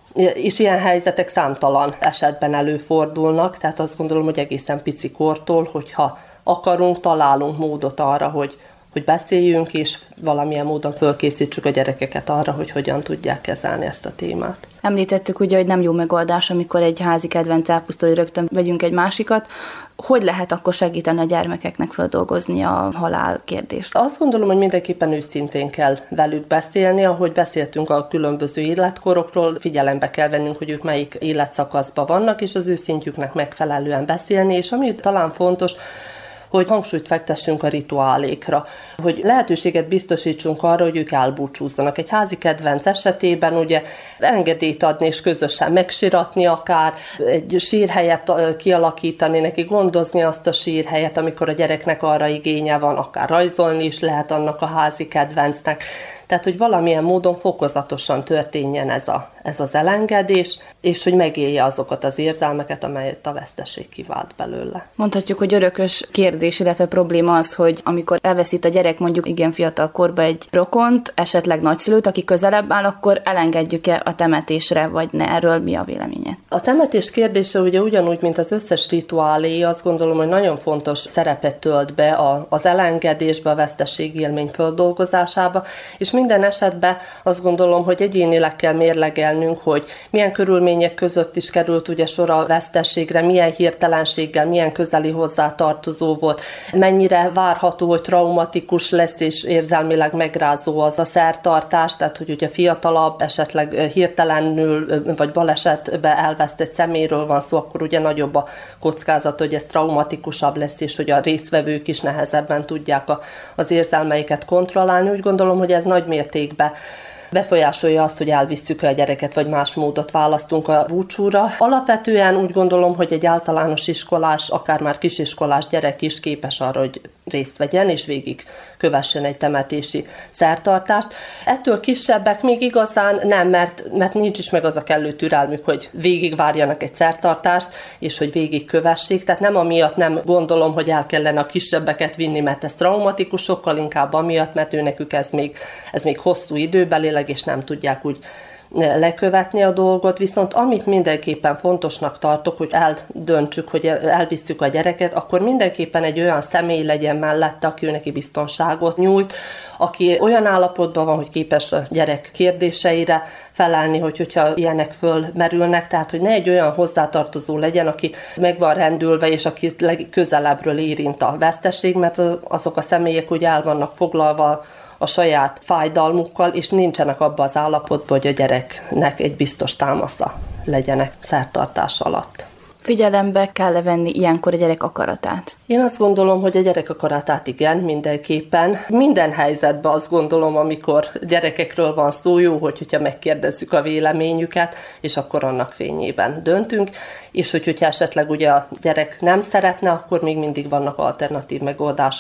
és ilyen helyzetek számtalan esetben előfordulnak, tehát azt gondolom, hogy egészen pici kortól, hogyha akarunk, találunk módot arra, hogy beszéljünk, és valamilyen módon fölkészítsük a gyerekeket arra, hogy hogyan tudják kezelni ezt a témát. Említettük ugye, hogy nem jó megoldás, amikor egy házi kedvenc elpusztul, hogy rögtön vegyünk egy másikat. Hogy lehet akkor segíteni a gyermekeknek feldolgozni a halál kérdést? Azt gondolom, hogy mindenképpen őszintén kell velük beszélni, ahogy beszéltünk a különböző életkorokról, figyelembe kell vennünk, hogy ők melyik életszakaszban vannak, és az ő szintjüknek megfelelően beszélni, és ami talán fontos, hogy hangsúlyt fektessünk a rituálékra, hogy lehetőséget biztosítsunk arra, hogy ők elbúcsúzzanak. Egy házi kedvenc esetében ugye engedélyt adni és közösen megsiratni akár, egy sírhelyet kialakítani, neki gondozni azt a sírhelyet, amikor a gyereknek arra igénye van, akár rajzolni is lehet annak a házi kedvencnek. Tehát, hogy valamilyen módon fokozatosan történjen ez az elengedés, és hogy megélje azokat az érzelmeket, amelyet a veszteség kivált belőle. Mondhatjuk, hogy örökös kérdés, illetve probléma az, hogy amikor elveszít a gyerek mondjuk igen fiatal korba egy rokont, esetleg nagyszülőt, aki közelebb áll, akkor elengedjük-e a temetésre, vagy ne? Erről mi a véleménye? A temetés kérdése ugye ugyanúgy, mint az összes rituálé, azt gondolom, hogy nagyon fontos szerepet tölt be az elengedésbe, a veszteség élmény földolgozásába, és minden esetben azt gondolom, hogy egyénileg kell mérlegelnünk, hogy milyen körülmények között is került ugye sor a vesztességre, milyen hirtelenséggel, milyen közeli hozzátartozó volt, mennyire várható, hogy traumatikus lesz és érzelmileg megrázó az a szertartás, tehát hogy ugye fiatalabb, esetleg hirtelenül vagy balesetbe elvesztett személyről van szó, akkor ugye nagyobb a kockázat, hogy ez traumatikusabb lesz, és hogy a résztvevők is nehezebben tudják az érzelmeiket kontrollálni. Úgy gondolom, hogy ez nagy mértékben befolyásolja azt, hogy elvisszük a gyereket, vagy más módot választunk a búcsúra. Alapvetően úgy gondolom, hogy egy általános iskolás, akár már kisiskolás gyerek is képes arra, hogy részt vegyen, és végig kövessen egy temetési szertartást. Ettől kisebbek még igazán nem, mert nincs is meg az a kellő türelmük, hogy végigvárjanak egy szertartást, és hogy végig kövessék. Tehát nem amiatt nem gondolom, hogy el kellene a kisebbeket vinni, mert ez traumatikus, sokkal inkább amiatt, mert őnekük ez még hosszú időbelileg, és nem tudják úgy lekövetni a dolgot, viszont amit mindenképpen fontosnak tartok, hogy eldöntsük, hogy elvisszük a gyereket, akkor mindenképpen egy olyan személy legyen mellette, aki neki biztonságot nyújt, aki olyan állapotban van, hogy képes a gyerek kérdéseire felelni, hogyha ilyenek fölmerülnek, tehát hogy ne egy olyan hozzátartozó legyen, aki meg van rendülve, és akit legközelebbről érint a veszteség, mert azok a személyek ugye el vannak foglalva a saját fájdalmukkal, és nincsenek abban az állapotban, hogy a gyereknek egy biztos támasza legyenek szertartás alatt. Figyelembe kell venni ilyenkor a gyerek akaratát? Én azt gondolom, hogy a gyerek akaratát igen, mindenképpen. Minden helyzetben azt gondolom, amikor gyerekekről van szó, jó, hogyha megkérdezzük a véleményüket, és akkor annak fényében döntünk, és hogyha esetleg ugye a gyerek nem szeretne, akkor még mindig vannak alternatív megoldások,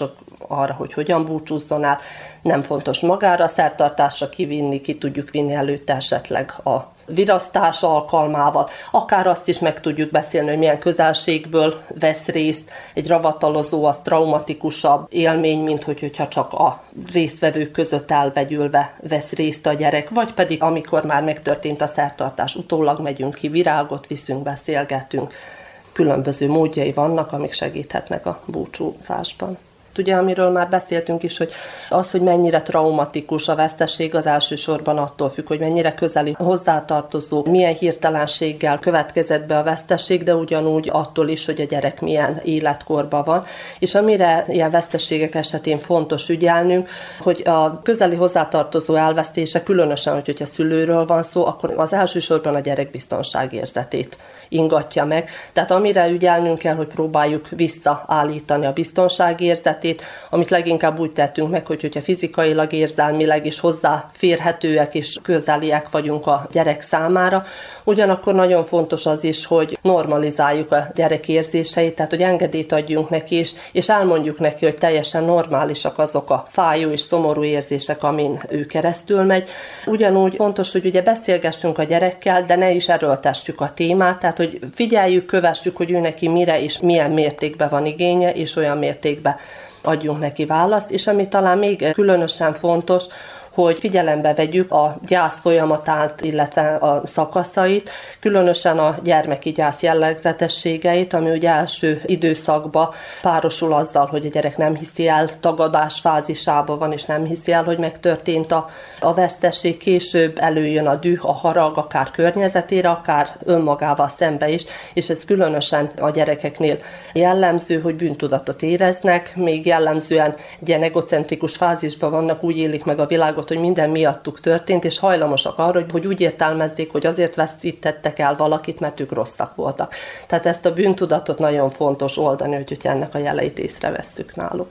arra, hogy hogyan búcsúzzon el. Nem fontos magára a szertartásra kivinni, ki tudjuk vinni előtte esetleg a virasztás alkalmával. Akár azt is meg tudjuk beszélni, hogy milyen közelségből vesz részt. Egy ravatalozó az traumatikusabb élmény, mint hogyha csak a résztvevők között elvegyülve vesz részt a gyerek, vagy pedig amikor már megtörtént a szertartás, utólag megyünk ki, virágot viszünk, beszélgetünk. Különböző módjai vannak, amik segíthetnek a búcsúzásban. Ugye, amiről már beszéltünk is, hogy az, hogy mennyire traumatikus a veszteség, az elsősorban attól függ, hogy mennyire közeli hozzátartozó, milyen hirtelenséggel következett be a veszteség, de ugyanúgy attól is, hogy a gyerek milyen életkorban van. És amire ilyen veszteségek esetén fontos ügyelnünk, hogy a közeli hozzátartozó elvesztése, különösen, hogyha szülőről van szó, akkor az elsősorban a gyerek biztonságérzetét ingatja meg. Tehát amire ügyelnünk kell, hogy próbáljuk visszaállítani a biztonságérzetét, amit leginkább úgy tettünk meg, hogyha fizikailag, érzelmileg is hozzáférhetőek és közeliek vagyunk a gyerek számára. Ugyanakkor nagyon fontos az is, hogy normalizáljuk a gyerek érzéseit, tehát hogy engedélyt adjunk neki és elmondjuk neki, hogy teljesen normálisak azok a fájó és szomorú érzések, amin ő keresztül megy. Ugyanúgy fontos, hogy ugye beszélgessünk a gyerekkel, de ne is erőltessük a témát, tehát hogy figyeljük, kövessük, hogy ő neki mire és milyen mértékben van igénye, és olyan mértékben adjunk neki választ. És ami talán még különösen fontos, hogy figyelembe vegyük a gyász folyamatát, illetve a szakaszait, különösen a gyermeki gyász jellegzetességeit, ami ugye első időszakban párosul azzal, hogy a gyerek nem hiszi el, tagadás fázisában van, és nem hiszi el, hogy megtörtént a veszteség. Később előjön a düh, a harag, akár környezetére, akár önmagával szembe is, és ez különösen a gyerekeknél jellemző, hogy bűntudatot éreznek, még jellemzően egy ilyen egocentrikus fázisban vannak, úgy élik meg a világot, hogy minden miattuk történt, és hajlamosak arra, hogy úgy értelmezzék, hogy azért veszítettek el valakit, mert ők rosszak voltak. Tehát ezt a bűntudatot nagyon fontos oldani, hogy ennek a jeleit észrevesszük náluk.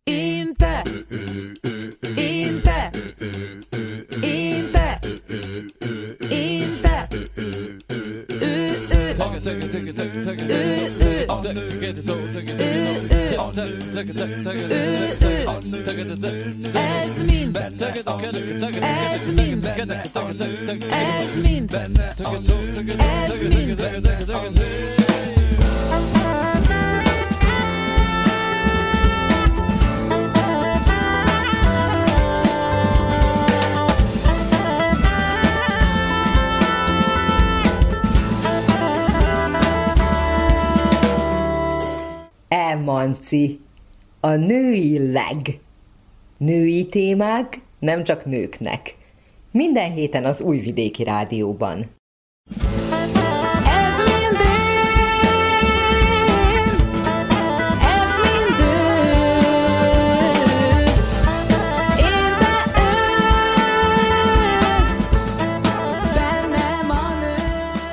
Én te, én te, én te, én te, ez mind, ez mind, ez mind, ez mind. Manci, a női leg. Női témák nem csak nőknek. Minden héten az Újvidéki Rádióban. Ez mind ez mind én te bennem a nő.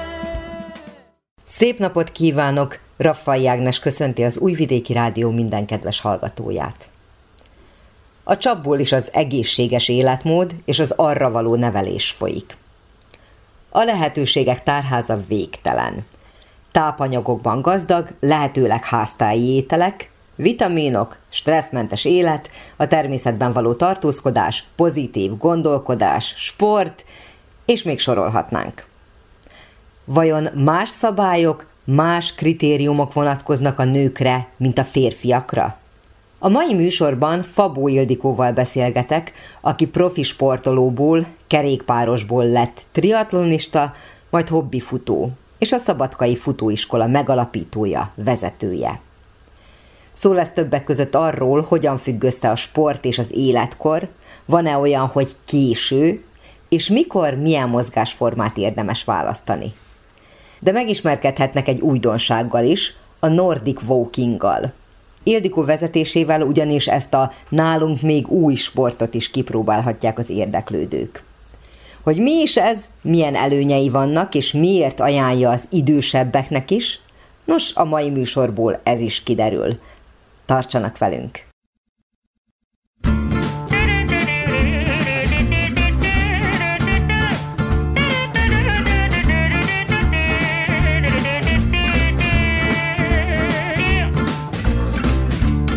Szép napot kívánok! Raffai Ágnes köszönti az Újvidéki Rádió minden kedves hallgatóját. A csapból is az egészséges életmód és az arra való nevelés folyik. A lehetőségek tárháza végtelen. Tápanyagokban gazdag, lehetőleg háztáji ételek, vitaminok, stresszmentes élet, a természetben való tartózkodás, pozitív gondolkodás, sport, és még sorolhatnánk. Vajon más szabályok, más kritériumok vonatkoznak a nőkre, mint a férfiakra? A mai műsorban Fabó Ildikóval beszélgetek, aki profi sportolóból, kerékpárosból lett triatlonista, majd hobbifutó, és a Szabadkai Futóiskola megalapítója, vezetője. Szó lesz többek között arról, hogyan függ össze a sport és az életkor, van-e olyan, hogy késő, és mikor milyen mozgásformát érdemes választani. De megismerkedhetnek egy újdonsággal is, a Nordic Walkinggal. Ildikó vezetésével ugyanis ezt a nálunk még új sportot is kipróbálhatják az érdeklődők. Hogy mi is ez, milyen előnyei vannak, és miért ajánlja az idősebbeknek is, nos, a mai műsorból ez is kiderül. Tartsanak velünk!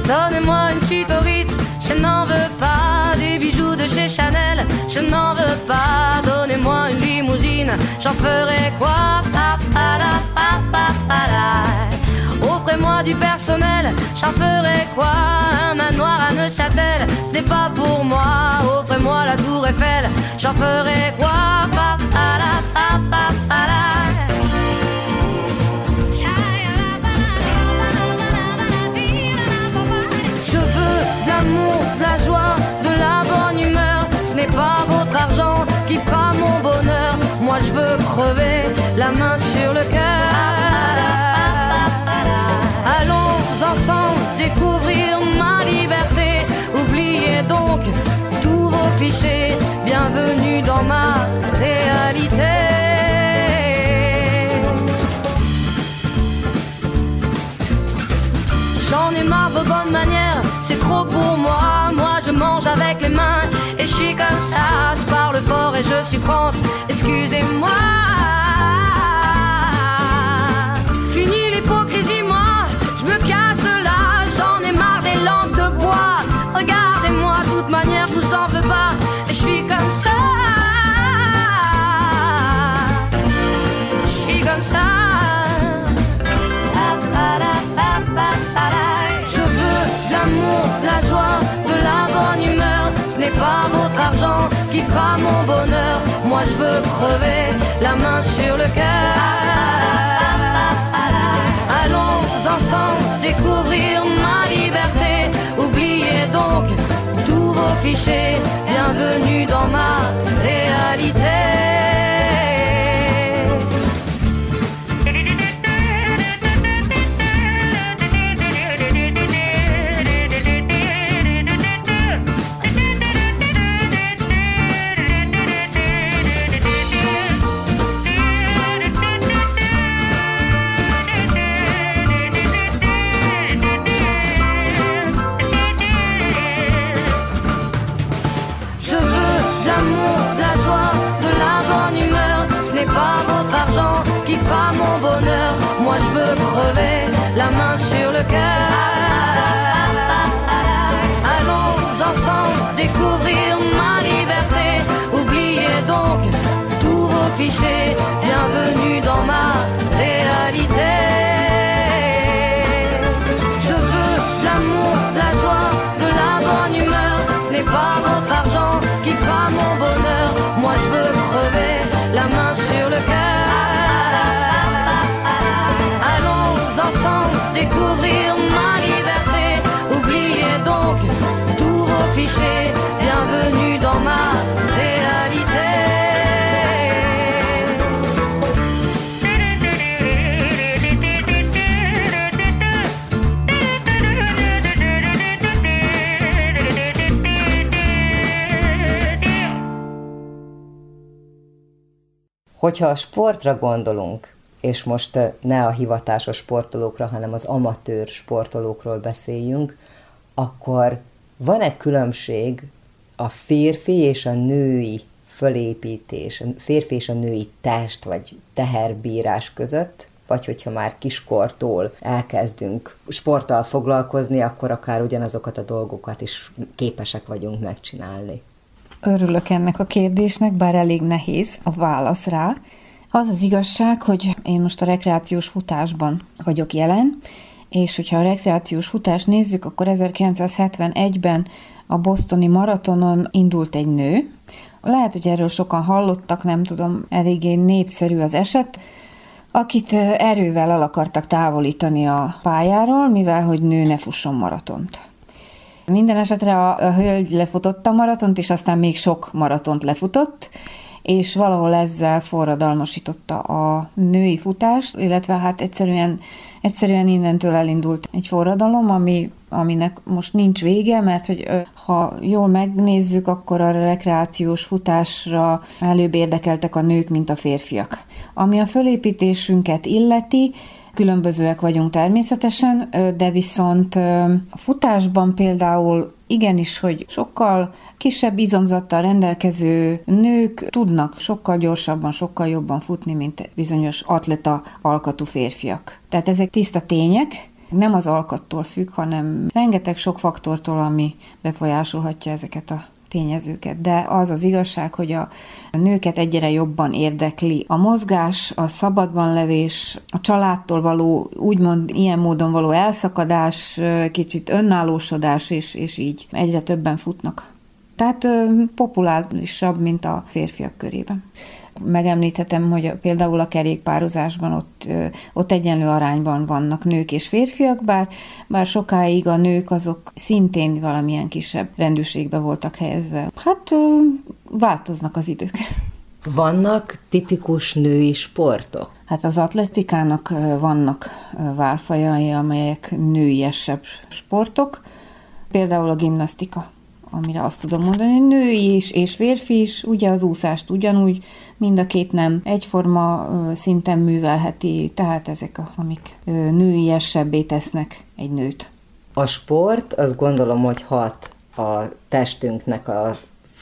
Donnez-moi une suite au Ritz, je n'en veux pas. Des bijoux de chez Chanel, je n'en veux pas. Donnez-moi une limousine, j'en ferai quoi? Offrez-moi du personnel, j'en ferai quoi? Un manoir à Neuchâtel, ce n'est pas pour moi. Offrez-moi la tour Eiffel, j'en ferai quoi? Je veux de l'amour, de la joie, de la bonne humeur. Ce n'est pas votre argent qui fera mon bonheur. Moi je veux crever la main sur le cœur. Allons ensemble découvrir ma liberté. Oubliez donc tous vos clichés. Bienvenue dans ma réalité. J'en ai marre de vos bonnes manières, c'est trop pour moi. Moi je mange avec les mains et je suis comme ça. Je parle fort et je suis France, excusez-moi. Fini l'hypocrisie, moi, je me casse de là. J'en ai marre des lampes de bois. Regardez-moi, de toute manière, je vous en veux pas. Et je suis comme ça. Je suis comme ça. Je veux de l'amour, de la joie, de la bonne humeur. Ce n'est pas votre argent qui fera mon bonheur. Moi je veux crever la main sur le cœur. Allons ensemble découvrir ma liberté. Oubliez donc tous vos clichés. Bienvenue dans ma réalité. Pas votre argent qui fera mon bonheur. Moi je veux crever la main sur le cœur. Allons ensemble découvrir ma liberté. Oubliez donc tous vos clichés. Bienvenue dans ma réalité. Je veux de l'amour, de la joie, de la bonne humeur. Ce n'est pas votre argent qui fera mon bonheur. Moi je veux crever la main sur le cœur. Allons ensemble découvrir ma liberté. Oubliez donc tous vos clichés. Bienvenue dans ma réalité. Hogyha a sportra gondolunk, és most ne a hivatásos sportolókra, hanem az amatőr sportolókról beszéljünk, akkor van-e különbség a férfi és a női fölépítés, a férfi és a női test vagy teherbírás között, vagy hogyha már kiskortól elkezdünk sporttal foglalkozni, akkor akár ugyanazokat a dolgokat is képesek vagyunk megcsinálni? Örülök ennek a kérdésnek, bár elég nehéz a válasz rá. Az az igazság, hogy én most a rekreációs futásban vagyok jelen, és hogyha a rekreációs futást nézzük, akkor 1971-ben a bostoni maratonon indult egy nő. Lehet, hogy erről sokan hallottak, nem tudom, eléggé népszerű az eset, akit erővel el akartak távolítani a pályáról, mivel hogy nő ne fusson maratont. Minden esetre a hölgy lefutotta a maratont, és aztán még sok maratont lefutott, és valahol ezzel forradalmasította a női futást, illetve hát egyszerűen innentől elindult egy forradalom, aminek most nincs vége, mert hogy ha jól megnézzük, akkor a rekreációs futásra előbb érdekeltek a nők, mint a férfiak. Ami a fölépítésünket illeti, különbözőek vagyunk természetesen, de viszont a futásban például igenis, hogy sokkal kisebb izomzattal rendelkező nők tudnak sokkal gyorsabban, sokkal jobban futni, mint bizonyos atleta alkatú férfiak. Tehát ezek tiszta tények, nem az alkattól függ, hanem rengeteg sok faktortól, ami befolyásolhatja ezeket a tényezőket. De az az igazság, hogy a nőket egyre jobban érdekli a mozgás, a szabadban levés, a családtól való, úgymond ilyen módon való elszakadás, kicsit önállósodás, és így egyre többen futnak. Tehát populárisabb, mint a férfiak körében. Megemlíthetem, hogy például a kerékpározásban ott egyenlő arányban vannak nők és férfiak, bár sokáig a nők azok szintén valamilyen kisebb rendőrségbe voltak helyezve. Hát változnak az idők. Vannak tipikus női sportok? Hát az atletikának vannak válfajai, amelyek nőiesebb sportok, például a gimnasztika, amire azt tudom mondani, női is és férfi is, ugye az úszást ugyanúgy, mind a két nem egyforma szinten művelheti, tehát ezek, amik nőiesebbé tesznek egy nőt. A sport, azt gondolom, hogy hat a testünknek a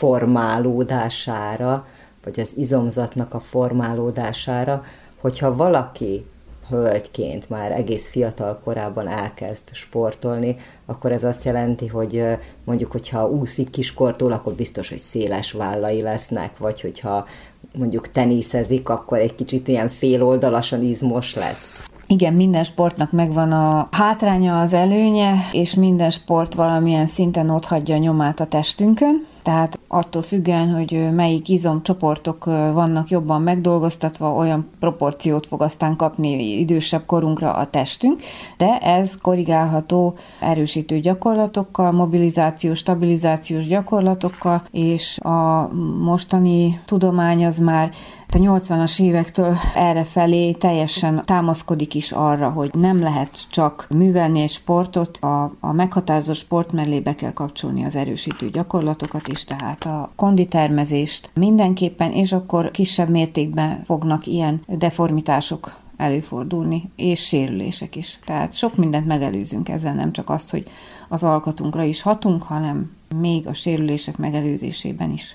formálódására, vagy az izomzatnak a formálódására, hogyha valaki hölgyként már egész fiatal korában elkezd sportolni, akkor ez azt jelenti, hogy mondjuk, hogyha úszik kiskortól, akkor biztos, hogy széles vállai lesznek, vagy hogyha mondjuk teniszezik, akkor egy kicsit ilyen féloldalasan izmos lesz. Igen, minden sportnak megvan a hátránya, az előnye, és minden sport valamilyen szinten otthagyja a nyomát a testünkön. Tehát attól függően, hogy melyik izomcsoportok vannak jobban megdolgoztatva, olyan proporciót fog aztán kapni idősebb korunkra a testünk, de ez korrigálható erősítő gyakorlatokkal, mobilizációs, stabilizációs gyakorlatokkal, és a mostani tudomány az már a 80-as évektől errefelé teljesen támaszkodik is arra, hogy nem lehet csak művelni egy sportot, a meghatározó sport mellé be kell kapcsolni az erősítő gyakorlatokat is, tehát a konditermezést mindenképpen, és akkor kisebb mértékben fognak ilyen deformitások előfordulni, és sérülések is. Tehát sok mindent megelőzünk ezzel, nem csak azt, hogy az alkatunkra is hatunk, hanem még a sérülések megelőzésében is.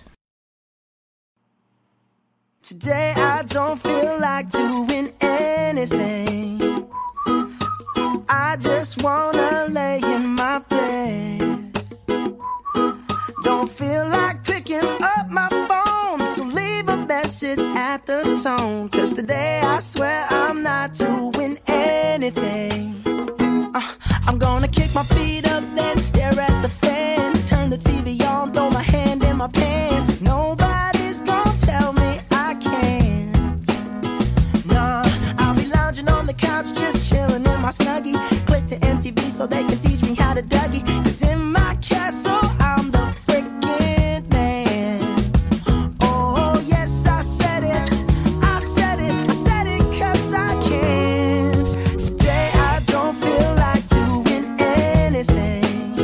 Today I don't feel like doing anything. I just wanna lay in my bed. Don't feel like picking up my phone, so leave a message at the tone. 'Cause today I swear I'm not doing anything. I'm gonna kick my feet up, then stare at the fan. Turn the TV on, throw my hand in my pants. Nobody's gonna tell me I can't. Nah, I'll be lounging on the couch, just chilling in my Snuggie. Click to MTV so they can teach me how to Dougie. 'Cause in my castle I'm the freaking man. Oh yes, I said it, I said it, I said it 'cause I can. Today I don't feel like doing anything.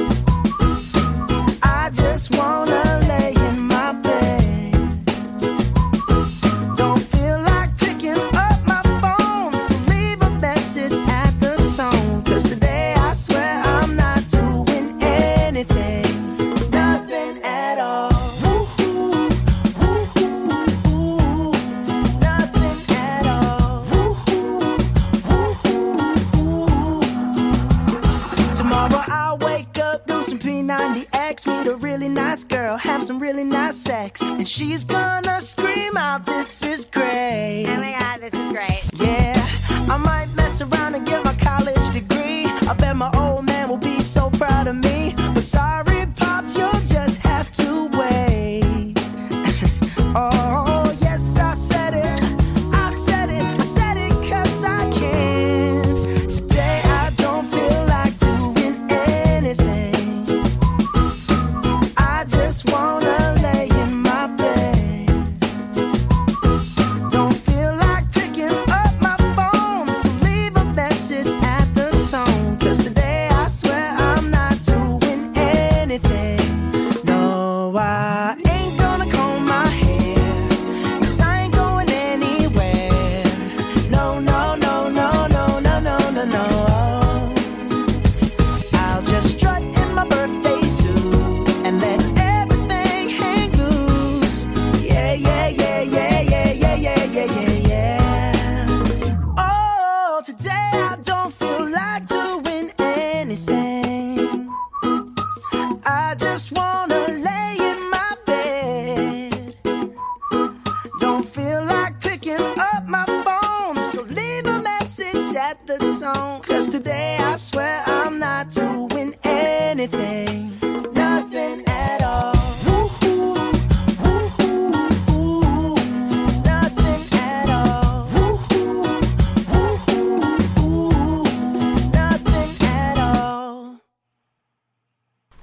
I just wanna lay in my bed. Don't feel like picking up my phone, so leave a message at the tone. 'Cause today I swear I'm not doing anything. Nothing at all. Woo-hoo, woo-hoo, nothing at all. Woo-hoo, woo-hoo. Tomorrow I'll wake up, do some P90X, meet a really nice girl, have some really nice sex, and she's gonna scream out, "This is great." Oh my God, this is great. Yeah, I might mess around and get my college degree. I bet my old man will be so proud of me. But sorry, Pops, you'll just have to wait. Oh, yes, I said it, I said it, I said it 'cause I can. Today I don't feel like doing anything. I just wanna lay in my bed.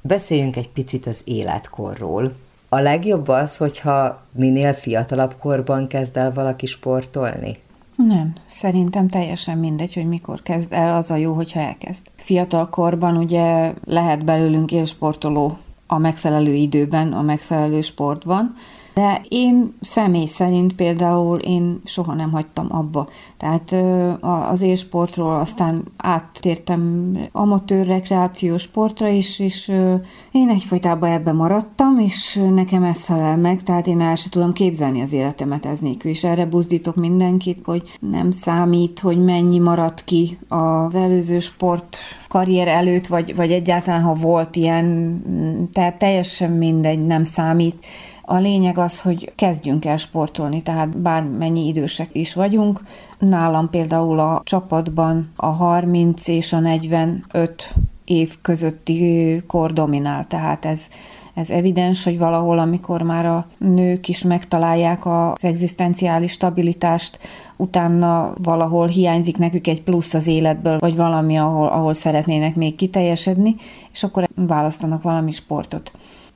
Beszéljünk egy picit az életkorról. A legjobb az, hogyha minél fiatalabb korban kezd el valaki sportolni? Nem, szerintem teljesen mindegy, hogy mikor kezd el, az a jó, hogyha elkezd. Fiatal korban ugye lehet belőlünk élsportoló a megfelelő időben, a megfelelő sportban, de én személy szerint például én soha nem hagytam abba. Tehát az élsportról aztán áttértem amatőr rekreációs sportra is, és én egyfolytában ebben maradtam, és nekem ez felel meg, tehát én el sem tudom képzelni az életemet ez nélkül, és erre buzdítok mindenkit, hogy nem számít, hogy mennyi maradt ki az előző sport karrier előtt, vagy egyáltalán, ha volt ilyen, tehát teljesen mindegy, nem számít. A lényeg az, hogy kezdjünk el sportolni, tehát bármennyi idősek is vagyunk. Nálam például a csapatban a 30 és a 45 év közötti kor dominál, tehát ez evidens, hogy valahol, amikor már a nők is megtalálják az egzisztenciális stabilitást, utána valahol hiányzik nekük egy plusz az életből, vagy valami, ahol szeretnének még kiteljesedni, és akkor választanak valami sportot.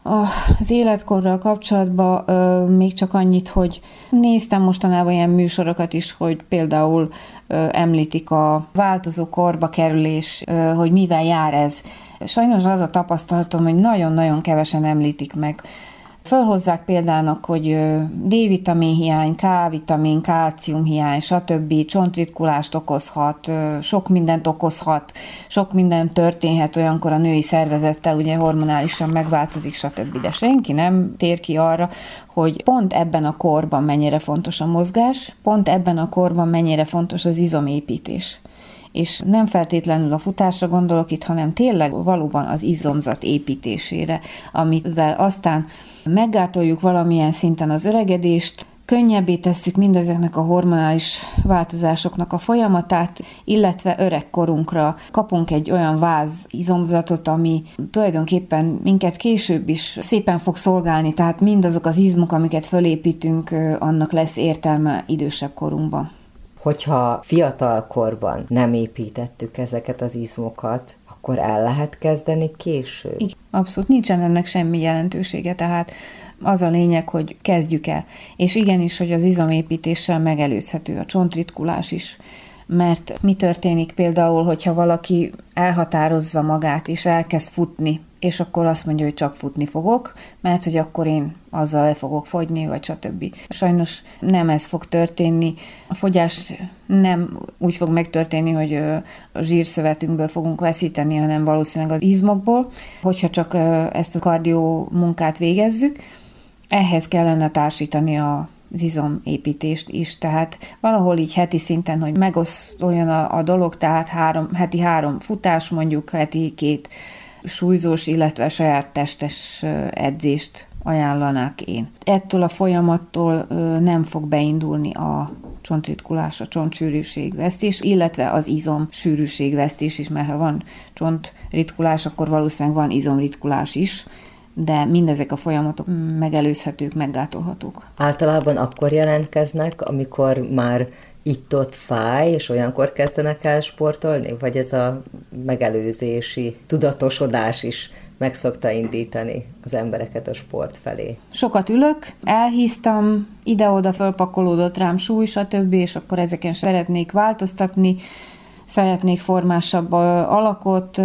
Az életkorral kapcsolatban még csak annyit, hogy néztem mostanában ilyen műsorokat is, hogy például említik a változó korba kerülés, hogy mivel jár ez. Sajnos az a tapasztalatom, hogy nagyon-nagyon kevesen említik meg. Felhozzák példának, hogy D-vitamin hiány, K-vitamin, kálcium hiány, stb. Csontritkulást okozhat, sok mindent okozhat, sok minden történhet olyankor a női szervezettel, ugye hormonálisan megváltozik, stb. De senki nem tér ki arra, hogy pont ebben a korban mennyire fontos a mozgás, pont ebben a korban mennyire fontos az izomépítés. És nem feltétlenül a futásra gondolok itt, hanem tényleg valóban az izomzat építésére, amivel aztán meggátoljuk valamilyen szinten az öregedést, könnyebbé tesszük mindezeknek a hormonális változásoknak a folyamatát, illetve öregkorunkra kapunk egy olyan váz izomzatot, ami tulajdonképpen minket később is szépen fog szolgálni, tehát mindazok az izmok, amiket fölépítünk, annak lesz értelme idősebb korunkban. Hogyha fiatal korban nem építettük ezeket az izmokat, akkor el lehet kezdeni később? Igen, abszolút nincsen ennek semmi jelentősége, tehát az a lényeg, hogy kezdjük el. És igenis, hogy az izomépítéssel megelőzhető a csontritkulás is. Mert mi történik például, hogyha valaki elhatározza magát és elkezd futni, és akkor azt mondja, hogy csak futni fogok, mert hogy akkor én azzal le fogok fogyni, vagy stb. Sajnos nem ez fog történni. A fogyás nem úgy fog megtörténni, hogy a zsírszövetünkből fogunk veszíteni, hanem valószínűleg az izmokból, hogyha csak ezt a kardió munkát végezzük. Ehhez kellene társítani az izomépítést is, tehát valahol így heti szinten, hogy megosztoljon a dolog, tehát heti 3 futás, mondjuk heti 2 súlyzós, illetve saját testes edzést ajánlanák én. Ettől a folyamattól nem fog beindulni a csontritkulás, a csontsűrűségvesztés, illetve az izomsűrűségvesztés is, mert ha van csontritkulás, akkor valószínűleg van izomritkulás is, de mindezek a folyamatok megelőzhetők, meggátolhatók. Általában akkor jelentkeznek, amikor már itt-ott fáj, és olyankor kezdenek el sportolni? Vagy ez a megelőzési tudatosodás is meg szokta indítani az embereket a sport felé? Sokat ülök, elhíztam, ide-oda fölpakolódott rám súly, stb., és akkor ezeken szeretnék változtatni, szeretnék formásabb alakot,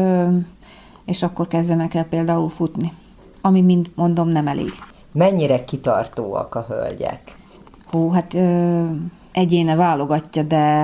és akkor kezdenek el például futni. Ami mind mondom nem elég. Mennyire kitartóak a hölgyek? Hát egyéne válogatja,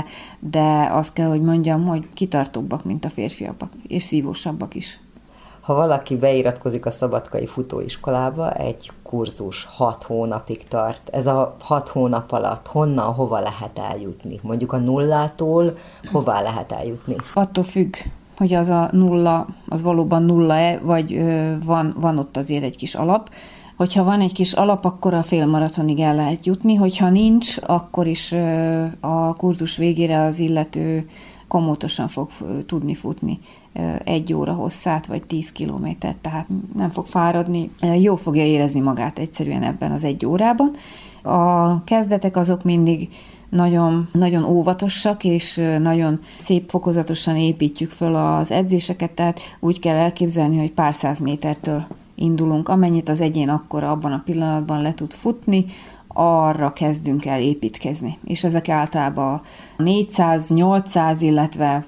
de azt kell, hogy mondjam, hogy kitartóbbak, mint a férfiabbak, és szívósabbak is. Ha valaki beiratkozik a Szabadkai Futóiskolába, egy kurzus 6 hónapig tart. Ez a 6 hónap alatt honnan, hova lehet eljutni? Mondjuk a nullától hová lehet eljutni? Attól függ, hogy az a nulla, az valóban nulla-e, vagy van ott azért egy kis alap. Hogyha van egy kis alap, akkor a félmaratonig el lehet jutni, hogyha nincs, akkor is a kurzus végére az illető komótosan fog tudni futni 1 óra hosszát, vagy 10 kilométert, tehát nem fog fáradni, jól fogja érezni magát egyszerűen ebben az 1 órában. A kezdetek azok mindig nagyon, nagyon óvatosak, és nagyon szép fokozatosan építjük föl az edzéseket, tehát úgy kell elképzelni, hogy pár száz métertől indulunk, amennyit az egyén akkor abban a pillanatban le tud futni, arra kezdünk el építkezni. És ezek általában 400-800, illetve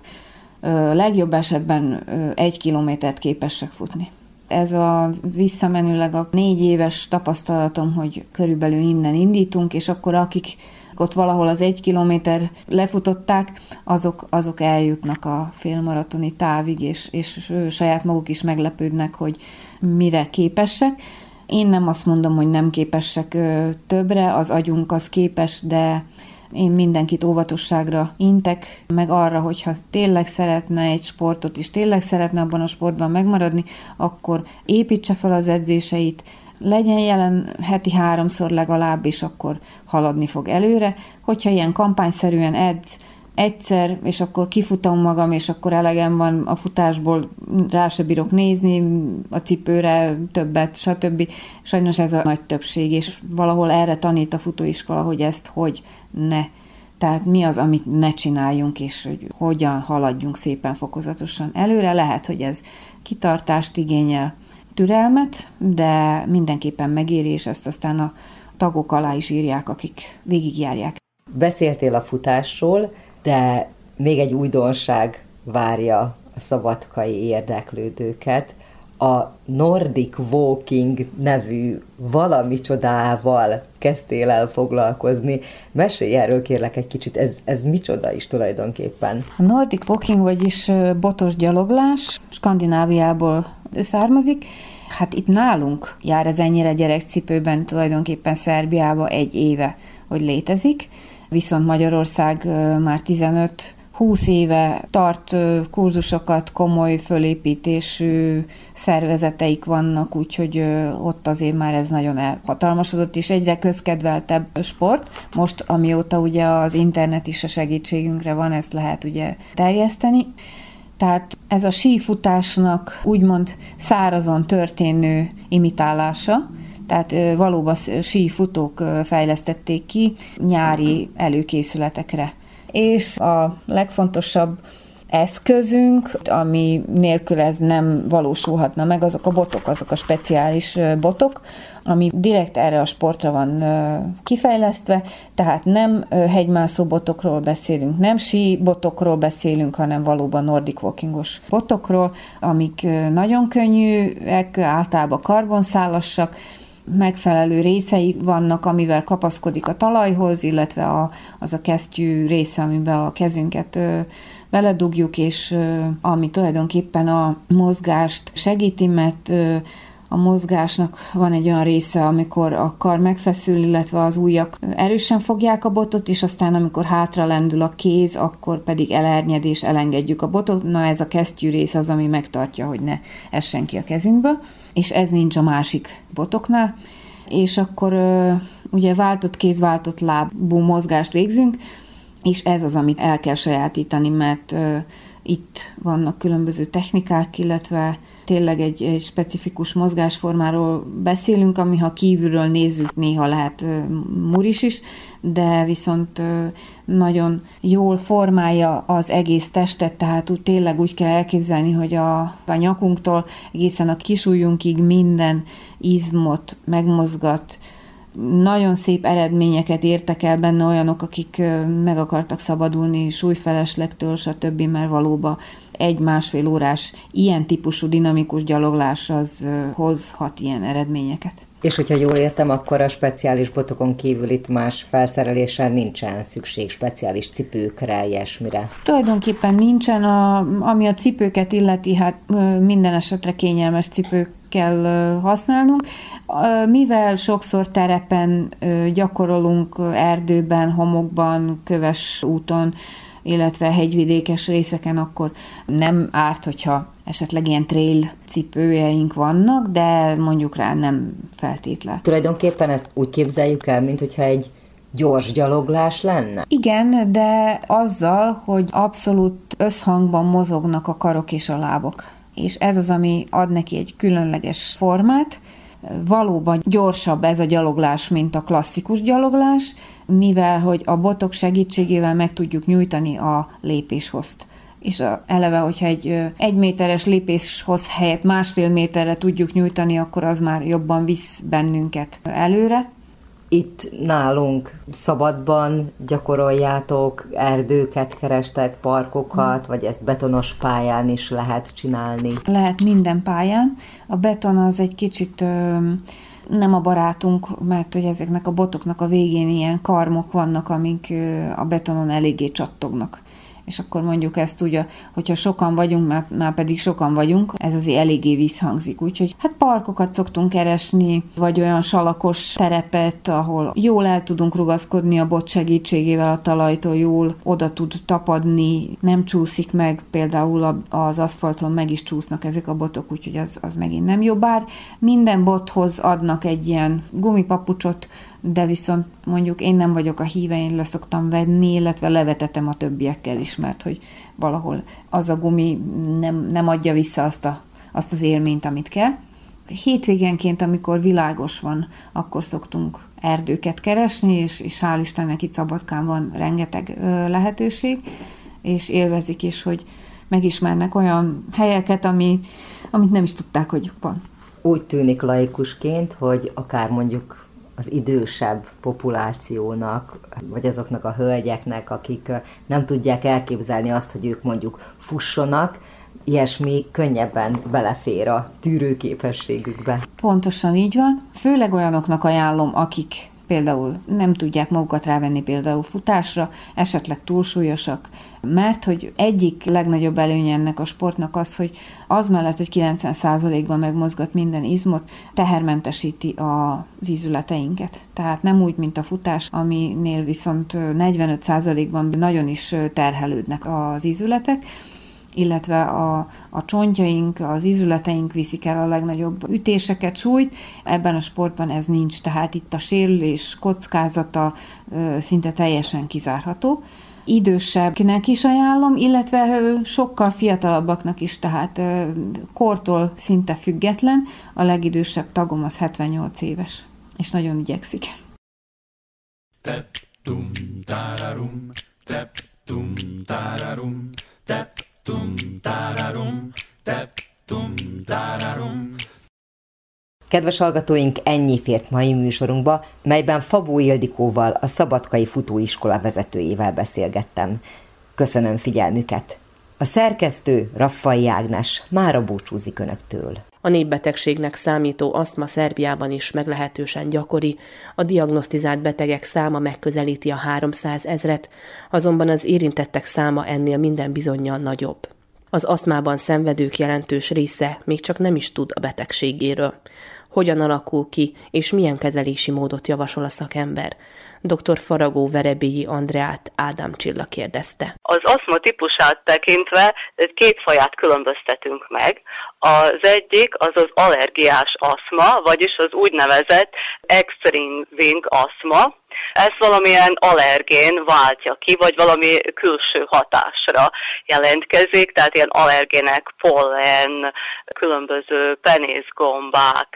legjobb esetben 1 kilométert képesek futni. Ez a visszamenőleg a 4 éves tapasztalatom, hogy körülbelül innen indítunk, és akkor akik ott valahol az 1 kilométer lefutották, azok eljutnak a félmaratoni távig, és saját maguk is meglepődnek, hogy mire képesek. Én nem azt mondom, hogy nem képesek többre, az agyunk az képes, de én mindenkit óvatosságra intek, meg arra, hogyha tényleg szeretne egy sportot, és tényleg szeretne abban a sportban megmaradni, akkor építse fel az edzéseit, legyen jelen heti 3-szor legalább, és akkor haladni fog előre. Hogyha ilyen kampányszerűen edz egyszer, és akkor kifutom magam, és akkor elegem van a futásból, rá se bírok nézni, a cipőre többet, stb. Sajnos ez a nagy többség, és valahol erre tanít a futóiskola, hogy ezt hogy ne. Tehát mi az, amit ne csináljunk, és hogy hogyan haladjunk szépen fokozatosan előre. Lehet, hogy ez kitartást igényel, türelmet, de mindenképpen megéri, és ezt aztán a tagok alá is írják, akik végigjárják. Beszéltél a futásról, de még egy újdonság várja a szabadkai érdeklődőket. A Nordic Walking nevű valami csodával kezdtél el foglalkozni. Mesélj erről kérlek egy kicsit, ez micsoda is tulajdonképpen? A Nordic Walking, vagyis botos gyaloglás, Skandináviából származik. Hát itt nálunk jár ez ennyire gyerekcipőben, tulajdonképpen Szerbiában 1 éve, hogy létezik, viszont Magyarország már 15-20 éve tart kurzusokat, komoly fölépítésű szervezeteik vannak, úgyhogy ott azért már ez nagyon elhatalmasodott, és egyre közkedveltebb sport. Most, amióta ugye az internet is a segítségünkre van, ezt lehet ugye terjeszteni. Tehát ez a sífutásnak úgymond szárazon történő imitálása, tehát valóban sífutók fejlesztették ki nyári előkészületekre. És a legfontosabb eszközünk, ami nélkül ez nem valósulhatna meg, azok a botok, azok a speciális botok, ami direkt erre a sportra van kifejlesztve, tehát nem hegymászó botokról beszélünk, nem sí botokról beszélünk, hanem valóban nordic walkingos botokról, amik nagyon könnyűek, általában karbonszálasak, megfelelő részei vannak, amivel kapaszkodik a talajhoz, illetve az a kesztyű része, amiben a kezünket beledugjuk, és ami tulajdonképpen a mozgást segíti, mert a mozgásnak van egy olyan része, amikor a kar megfeszül, illetve az ujjak erősen fogják a botot, és aztán amikor hátra lendül a kéz, akkor pedig elernyed és elengedjük a botot. Na ez a kesztyű rész az, ami megtartja, hogy ne essen ki a kezünkből, és ez nincs a másik botoknál. És akkor ugye váltott kéz, váltott lábú mozgást végzünk, és ez az, amit el kell sajátítani, mert itt vannak különböző technikák, illetve tényleg egy specifikus mozgásformáról beszélünk, ami ha kívülről nézzük, néha lehet muris is, de viszont nagyon jól formálja az egész testet, tehát tényleg úgy kell elképzelni, hogy a nyakunktól egészen a kisujjunkig minden izmot megmozgat. Nagyon szép eredményeket értek el benne olyanok, akik meg akartak szabadulni súlyfeleslegtől, stb., mert valóban 1-1,5 órás ilyen típusú dinamikus gyaloglás az hozhat ilyen eredményeket. És hogyha jól értem, akkor a speciális botokon kívül itt más felszereléssel nincsen szükség speciális cipőkre, ilyesmire? Tulajdonképpen nincsen, ami a cipőket illeti, hát minden esetre kényelmes cipők kell használnunk. Mivel sokszor terepen gyakorolunk, erdőben, homokban, köves úton, illetve hegyvidékes részeken, akkor nem árt, hogyha esetleg ilyen trail cipőjeink vannak, de mondjuk rá nem feltétlen. Tulajdonképpen ezt úgy képzeljük el, mint hogyha egy gyors gyaloglás lenne? Igen, de azzal, hogy abszolút összhangban mozognak a karok és a lábok. És ez az, ami ad neki egy különleges formát, valóban gyorsabb ez a gyaloglás, mint a klasszikus gyaloglás, mivel hogy a botok segítségével meg tudjuk nyújtani a lépéshozt. És eleve, hogyha egy méteres lépéshoz helyett 1,5 méterre tudjuk nyújtani, akkor az már jobban visz bennünket előre. Itt nálunk szabadban gyakoroljátok, erdőket kerestek, parkokat, vagy ezt betonos pályán is lehet csinálni? Lehet minden pályán. A beton az egy kicsit nem a barátunk, mert hogy ezeknek a botoknak a végén ilyen karmok vannak, amik a betonon eléggé csattognak. És akkor mondjuk ezt ugye, hogyha sokan vagyunk, már pedig sokan vagyunk, ez azért eléggé visszhangzik. Úgyhogy hát parkokat szoktunk keresni, vagy olyan salakos terepet, ahol jól el tudunk rugaszkodni a bot segítségével a talajtól, jól oda tud tapadni, nem csúszik meg, például az aszfalton meg is csúsznak ezek a botok, úgyhogy az megint nem jó. Bár minden bothoz adnak egy ilyen gumipapucsot, de viszont mondjuk én nem vagyok a híve, én leszoktam venni, illetve levetetem a többiekkel is, mert hogy valahol az a gumi nem adja vissza azt az élményt, amit kell. Hétvégenként, amikor világos van, akkor szoktunk erdőket keresni, és hál' Istennek itt Szabadkán van rengeteg lehetőség, és élvezik is, hogy megismernek olyan helyeket, amit nem is tudták, hogy van. Úgy tűnik laikusként, hogy akár mondjuk az idősebb populációnak, vagy azoknak a hölgyeknek, akik nem tudják elképzelni azt, hogy ők mondjuk fussonak, ilyesmi könnyebben belefér a tűrőképességükbe. Pontosan így van. Főleg olyanoknak ajánlom, akik például nem tudják magukat rávenni például futásra, esetleg túlsúlyosak, mert hogy egyik legnagyobb előnye ennek a sportnak az, hogy az mellett, hogy 90%-ban megmozgat minden izmot, tehermentesíti az ízületeinket. Tehát nem úgy, mint a futás, aminél viszont 45%-ban nagyon is terhelődnek az ízületek, illetve a csontjaink, az ízületeink viszik el a legnagyobb ütéseket, súlyt. Ebben a sportban ez nincs, tehát itt a sérülés kockázata szinte teljesen kizárható. Idősebbnek is ajánlom, illetve sokkal fiatalabbaknak is, tehát kortól szinte független. A legidősebb tagom az 78 éves, és nagyon igyekszik. Tep tum tararum, tep tum tararum, tep tum tararum, tep tum tararum. Kedves hallgatóink, ennyi fért mai műsorunkba, melyben Fabó Ildikóval, a Szabadkai Futóiskola vezetőjével beszélgettem. Köszönöm figyelmüket! A szerkesztő, Raffai Ágnes, mára búcsúzik Önöktől. A népbetegségnek számító asztma Szerbiában is meglehetősen gyakori, a diagnosztizált betegek száma megközelíti a 300 000-et, azonban az érintettek száma ennél minden bizonnyal nagyobb. Az asztmában szenvedők jelentős része még csak nem is tud a betegségéről. Hogyan alakul ki, és milyen kezelési módot javasol a szakember? Dr. Faragó Verebélyi Andreát Ádám Csilla kérdezte. Az asztma típusát tekintve két faját különböztetünk meg. Az egyik az az allergiás asztma, vagyis az úgynevezett extrinzic asztma. Ezt valamilyen allergén váltja ki, vagy valami külső hatásra jelentkezik, tehát ilyen allergének, pollen, különböző penészgombák,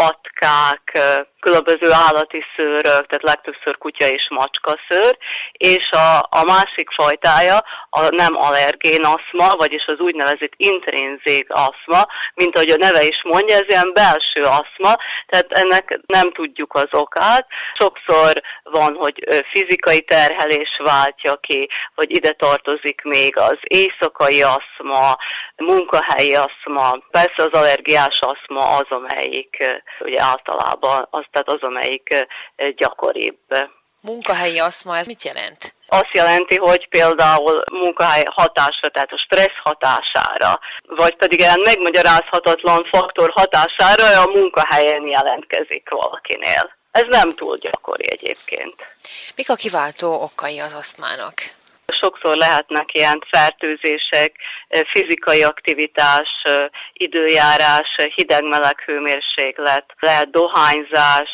atkák, különböző állati szőrök, tehát legtöbbször kutya és macska szőr, és a másik fajtája a nem allergén asztma, vagyis az úgynevezett intrinzik asztma, mint ahogy a neve is mondja, ez ilyen belső asztma, tehát ennek nem tudjuk az okát. Sokszor van, hogy fizikai terhelés váltja ki, hogy ide tartozik még az éjszakai asztma, munkahelyi asztma, persze az allergiás asztma az, amelyik ugye általában, tehát az, amelyik gyakoribb. Munkahelyi asztma, ez mit jelent? Azt jelenti, hogy például munkahely hatásra, tehát a stressz hatására, vagy pedig ilyen megmagyarázhatatlan faktor hatására a munkahelyen jelentkezik valakinél. Ez nem túl gyakori egyébként. Mik a kiváltó okai az asztmának? Sokszor lehetnek ilyen fertőzések, fizikai aktivitás, időjárás, hideg-meleg hőmérséklet, lehet dohányzás,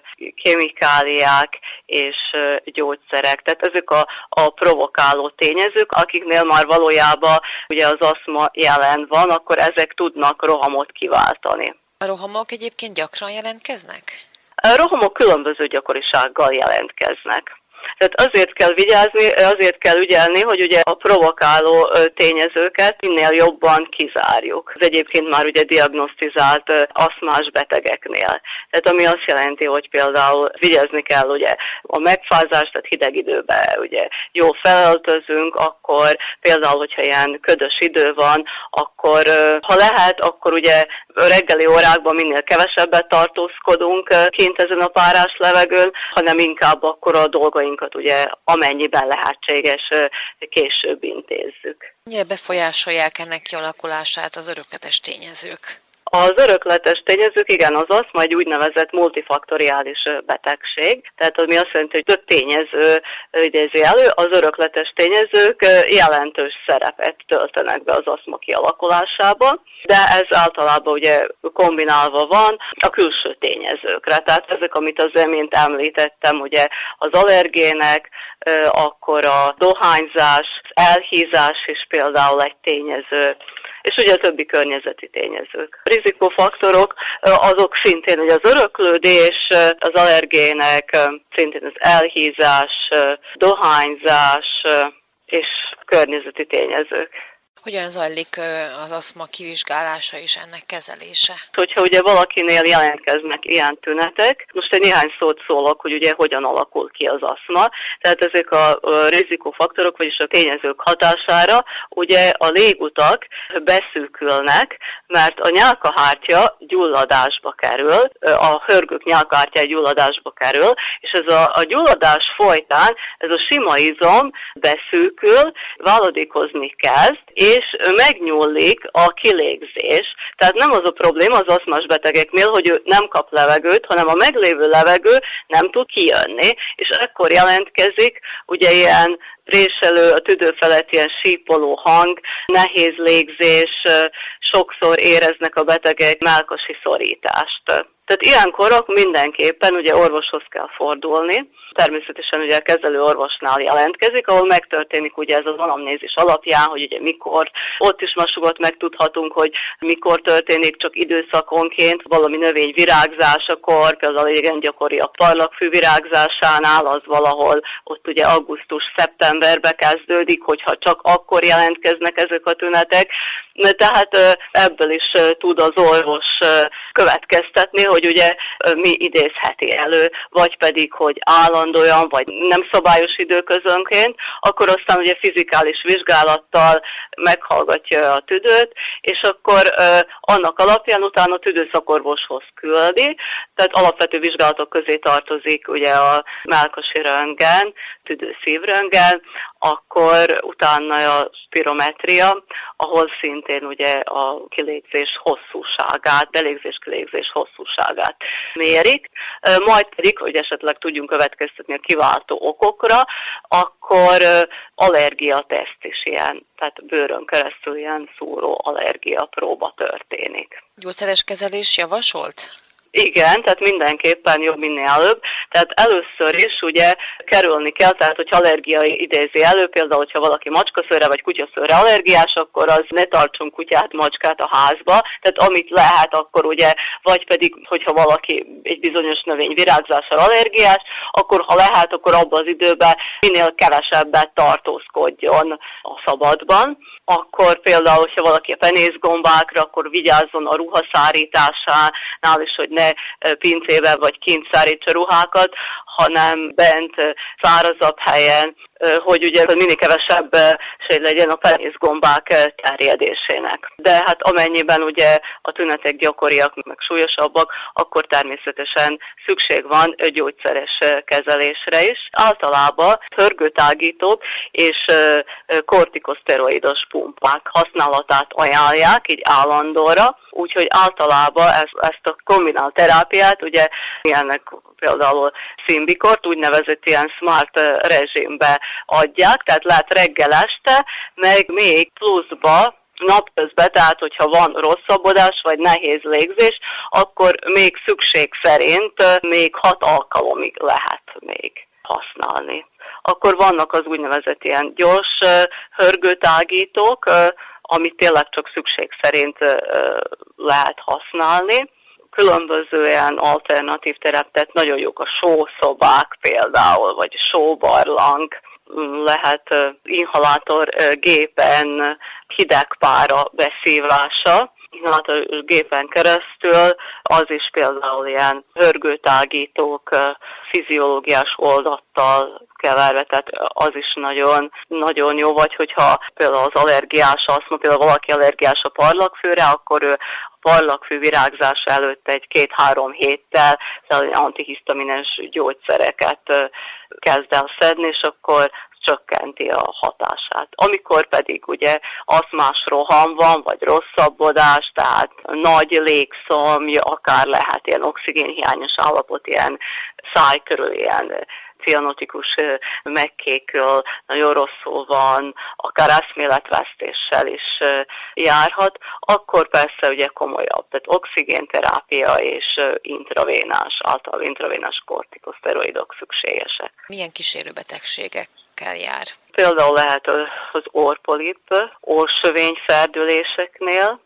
kémikáliák és gyógyszerek. Tehát ezek a provokáló tényezők, akiknél már valójában ugye az asztma jelen van, akkor ezek tudnak rohamot kiváltani. A rohamok egyébként gyakran jelentkeznek? A rohamok különböző gyakorisággal jelentkeznek. Tehát azért kell vigyázni, azért kell ügyelni, hogy ugye a provokáló tényezőket minél jobban kizárjuk. Ez egyébként már ugye diagnosztizált aszmás betegeknél. Tehát ami azt jelenti, hogy például vigyázni kell ugye a megfázást, tehát hideg időben ugye jól felöltözünk, akkor például, hogyha ilyen ködös idő van, akkor ha lehet, akkor ugye reggeli órákban minél kevesebbet tartózkodunk kint ezen a párás levegőn, hanem inkább akkor a dolgainkat ugye amennyiben lehetséges később intézzük. Mennyire befolyásolják ennek kialakulását az örökletes tényezők? Az örökletes tényezők, igen, az aszma egy úgynevezett multifaktoriális betegség, tehát ami azt jelenti, hogy több tényező idézi elő, az örökletes tényezők jelentős szerepet töltenek be az aszma kialakulásába, de ez általában ugye kombinálva van a külső tényezőkre, tehát ezek, amit az imént említettem, ugye az allergének, akkor a dohányzás, elhízás is például egy tényező, és ugye a többi környezeti tényezők. A rizikófaktorok azok szintén ugye az öröklődés, az allergének, szintén az elhízás, dohányzás és környezeti tényezők. Hogyan zajlik az aszma kivizsgálása és ennek kezelése? Hogyha ugye valakinél jelentkeznek ilyen tünetek, most egy néhány szót szólok, hogy ugye hogyan alakul ki az aszma. Tehát ezek a rizikófaktorok, vagyis a tényezők hatására ugye a légutak beszűkülnek, mert a nyálkahártya gyulladásba kerül, a hörgők nyálkahártya gyulladásba kerül, és ez a gyulladás folytán ez a sima izom beszűkül, váladékozni kezd, és megnyúlik a kilégzés. Tehát nem az a probléma az aszmás betegeknél, hogy ő nem kap levegőt, hanem a meglévő levegő nem tud kijönni, és ekkor jelentkezik ugye ilyen réselő, a tüdő felett ilyen sípoló hang, nehéz légzés, sokszor éreznek a betegek mellkasi szorítást. Tehát ilyenkor mindenképpen ugye orvoshoz kell fordulni. Természetesen ugye a kezelő orvosnál jelentkezik, ahol megtörténik ugye ez az anamnézis alapján, hogy ugye mikor, ott is masugot megtudhatunk, hogy mikor történik csak időszakonként valami növény virágzásakor, például igen gyakori a parlagfű virágzásánál, az valahol ott ugye augusztus-szeptemberbe kezdődik, hogyha csak akkor jelentkeznek ezek a tünetek. Tehát ebből is tud az orvos következtetni, hogy ugye mi idézheti elő, vagy pedig, hogy állandóan, vagy nem szabályos időközönként, akkor aztán ugye fizikális vizsgálattal meghallgatja a tüdőt, és akkor annak alapján utána a tüdőszakorvoshoz küldi, tehát alapvető vizsgálatok közé tartozik ugye a mellkasi röntgen, tüdőszívröntgen, akkor utána a spirometria, ahol szintén ugye a kilégzés hosszúságát, belégzés-kilégzés hosszúságát mérik, majd pedig, hogy esetleg tudjunk következtetni a kiváltó okokra, akkor allergiateszt is ilyen, tehát bőrön keresztül ilyen szúró allergia próba történik. Gyógyszeres kezelés javasolt? Igen, tehát mindenképpen jobb minél előbb. Tehát először is ugye kerülni kell, tehát hogyha allergia idézi elő, például hogyha valaki macskaszőrre vagy kutyaszőrre allergiás, akkor az ne tartsunk kutyát, macskát a házba. Tehát amit lehet, akkor ugye, vagy pedig, hogyha valaki egy bizonyos növény virágzással allergiás, akkor ha lehet, akkor abban az időben minél kevesebbet tartózkodjon a szabadban. Akkor például, hogyha valaki a penészgombákra, akkor vigyázzon a ruhaszárításánál is, hogy ne pincében vagy kint szárítsa ruhákat, hanem bent szárazabb helyen, hogy ugye minél kevesebb legyen a penészgombák terjedésének. De hát amennyiben ugye a tünetek gyakoriak, meg súlyosabbak, akkor természetesen szükség van gyógyszeres kezelésre is. Általában hörgőtágítók és kortikoszteroidos pumpák használatát ajánlják így állandóra, úgyhogy általában ezt a kombinált terápiát, ugye ilyennek például Symbicort, úgynevezett ilyen smart rezsimbe adják, tehát lehet reggel este, meg még pluszba napközben, tehát hogyha van rosszabbodás vagy nehéz légzés, akkor még szükség szerint még 6 alkalomig lehet még használni. Akkor vannak az úgynevezett ilyen gyors hörgőtágítók, amit tényleg csak szükség szerint lehet használni. különböző ilyen alternatív terep, tehát nagyon jók a sószobák például, vagy sóbarlang, lehet inhalátor gépen hidegpára beszívása, inhalátor gépen keresztül, az is például ilyen hörgőtágítók fiziológiás oldattal keverve, tehát az is nagyon, nagyon jó, vagy hogyha például az allergiás aszma, például valaki allergiás a parlagfűre, akkor ő a parlagfű virágzása előtt egy 2-3 héttel antihisztamines gyógyszereket kezd el szedni, és akkor csökkenti a hatását. Amikor pedig ugye aszmás roham van, vagy rosszabbodás, tehát nagy légszomj, akár lehet ilyen oxigénhiányos állapot, ilyen száj körül, ilyen cianotikus megkékül, nagyon rosszul van, akár eszméletvesztéssel is járhat, akkor persze ugye komolyabb, tehát oxigénterápia és általában intravénás kortikoszteroidok szükségesek. Milyen kísérőbetegségekkel jár? Például lehet az orrpolip, orrsövényferdüléseknél,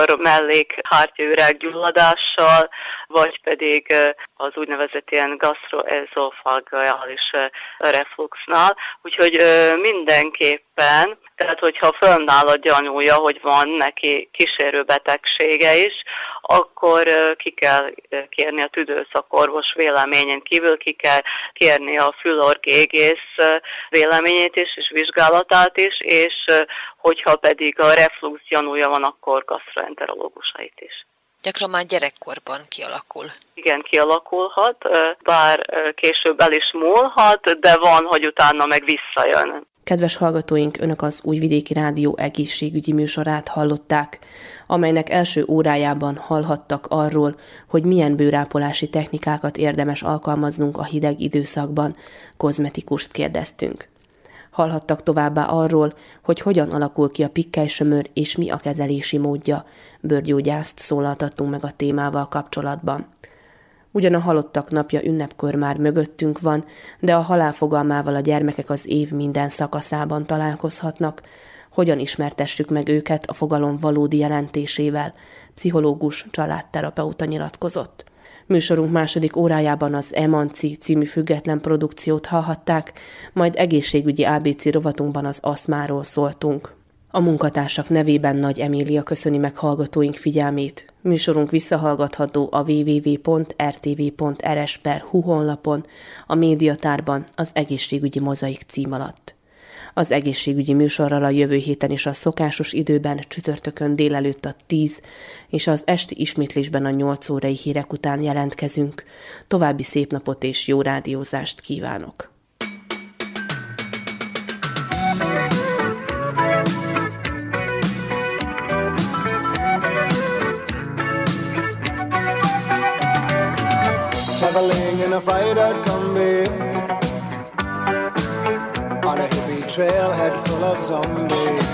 orr-mellékhártyaüreg-gyulladással, vagy pedig az úgynevezett ilyen gastroesophageális refluxnál. Úgyhogy mindenképpen, tehát hogyha fönnáll a gyanúja, hogy van neki kísérőbetegsége is, akkor ki kell kérni a tüdőszakorvos véleményen kívül, ki kell kérni a fülorgégész véleményét is, és vizsgálatát is, és hogyha pedig a reflux gyanúja van, akkor gastroenterológusait is. Gyakran már gyerekkorban kialakul. Igen, kialakulhat, bár később el is múlhat, de van, hogy utána meg visszajön. Kedves hallgatóink, Önök az Újvidéki Rádió egészségügyi műsorát hallották, amelynek első órájában hallhattak arról, hogy milyen bőrápolási technikákat érdemes alkalmaznunk a hideg időszakban, kozmetikust kérdeztünk. Hallhattak továbbá arról, hogy hogyan alakul ki a pikkely-sömör és mi a kezelési módja, bőrgyógyászt szólaltattunk meg a témával kapcsolatban. Ugyan a halottak napja ünnepkor már mögöttünk van, de a halál fogalmával a gyermekek az év minden szakaszában találkozhatnak. Hogyan ismertessük meg őket a fogalom valódi jelentésével? Pszichológus, családterapeuta nyilatkozott. Műsorunk második órájában az Emanci című független produkciót hallhatták, majd egészségügyi ABC rovatunkban az aszmáról szóltunk. A munkatársak nevében Nagy Emília köszöni meg hallgatóink figyelmét. Műsorunk visszahallgatható a www.rtv.rs.hu honlapon, a médiatárban az egészségügyi mozaik cím alatt. Az egészségügyi műsorral a jövő héten is a szokásos időben csütörtökön délelőtt a 10 és az esti ismétlésben a 8 órai hírek után jelentkezünk. További szép napot és jó rádiózást kívánok! Traveling in a fried-out combi on a hippie trailhead full of zombies.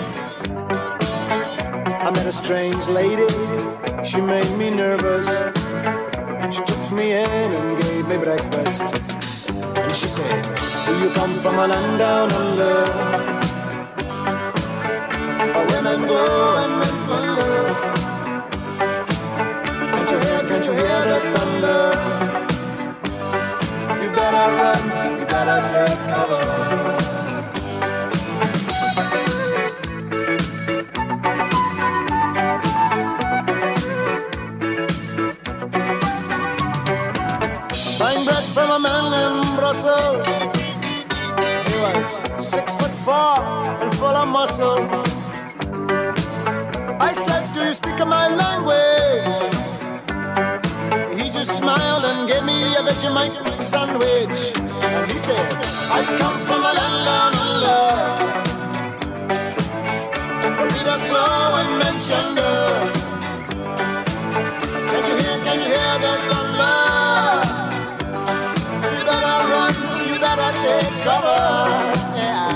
I met a strange lady, she made me nervous. She took me in and gave me breakfast. And she said, do you come from a land down under, where women go and men wonder? Can't you hear the thunder? You better run, you better take cover. Buying bread from a man in Brussels. He was 6'4" and full of muscle. I said, do you speak my language? He just smiled and gave me a Vegemite sandwich. And he said, I come from a land down under, read us slow and mention the. Can't you hear the thunder? You better run, you better take cover. Yeah.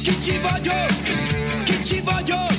kicsi vagyok,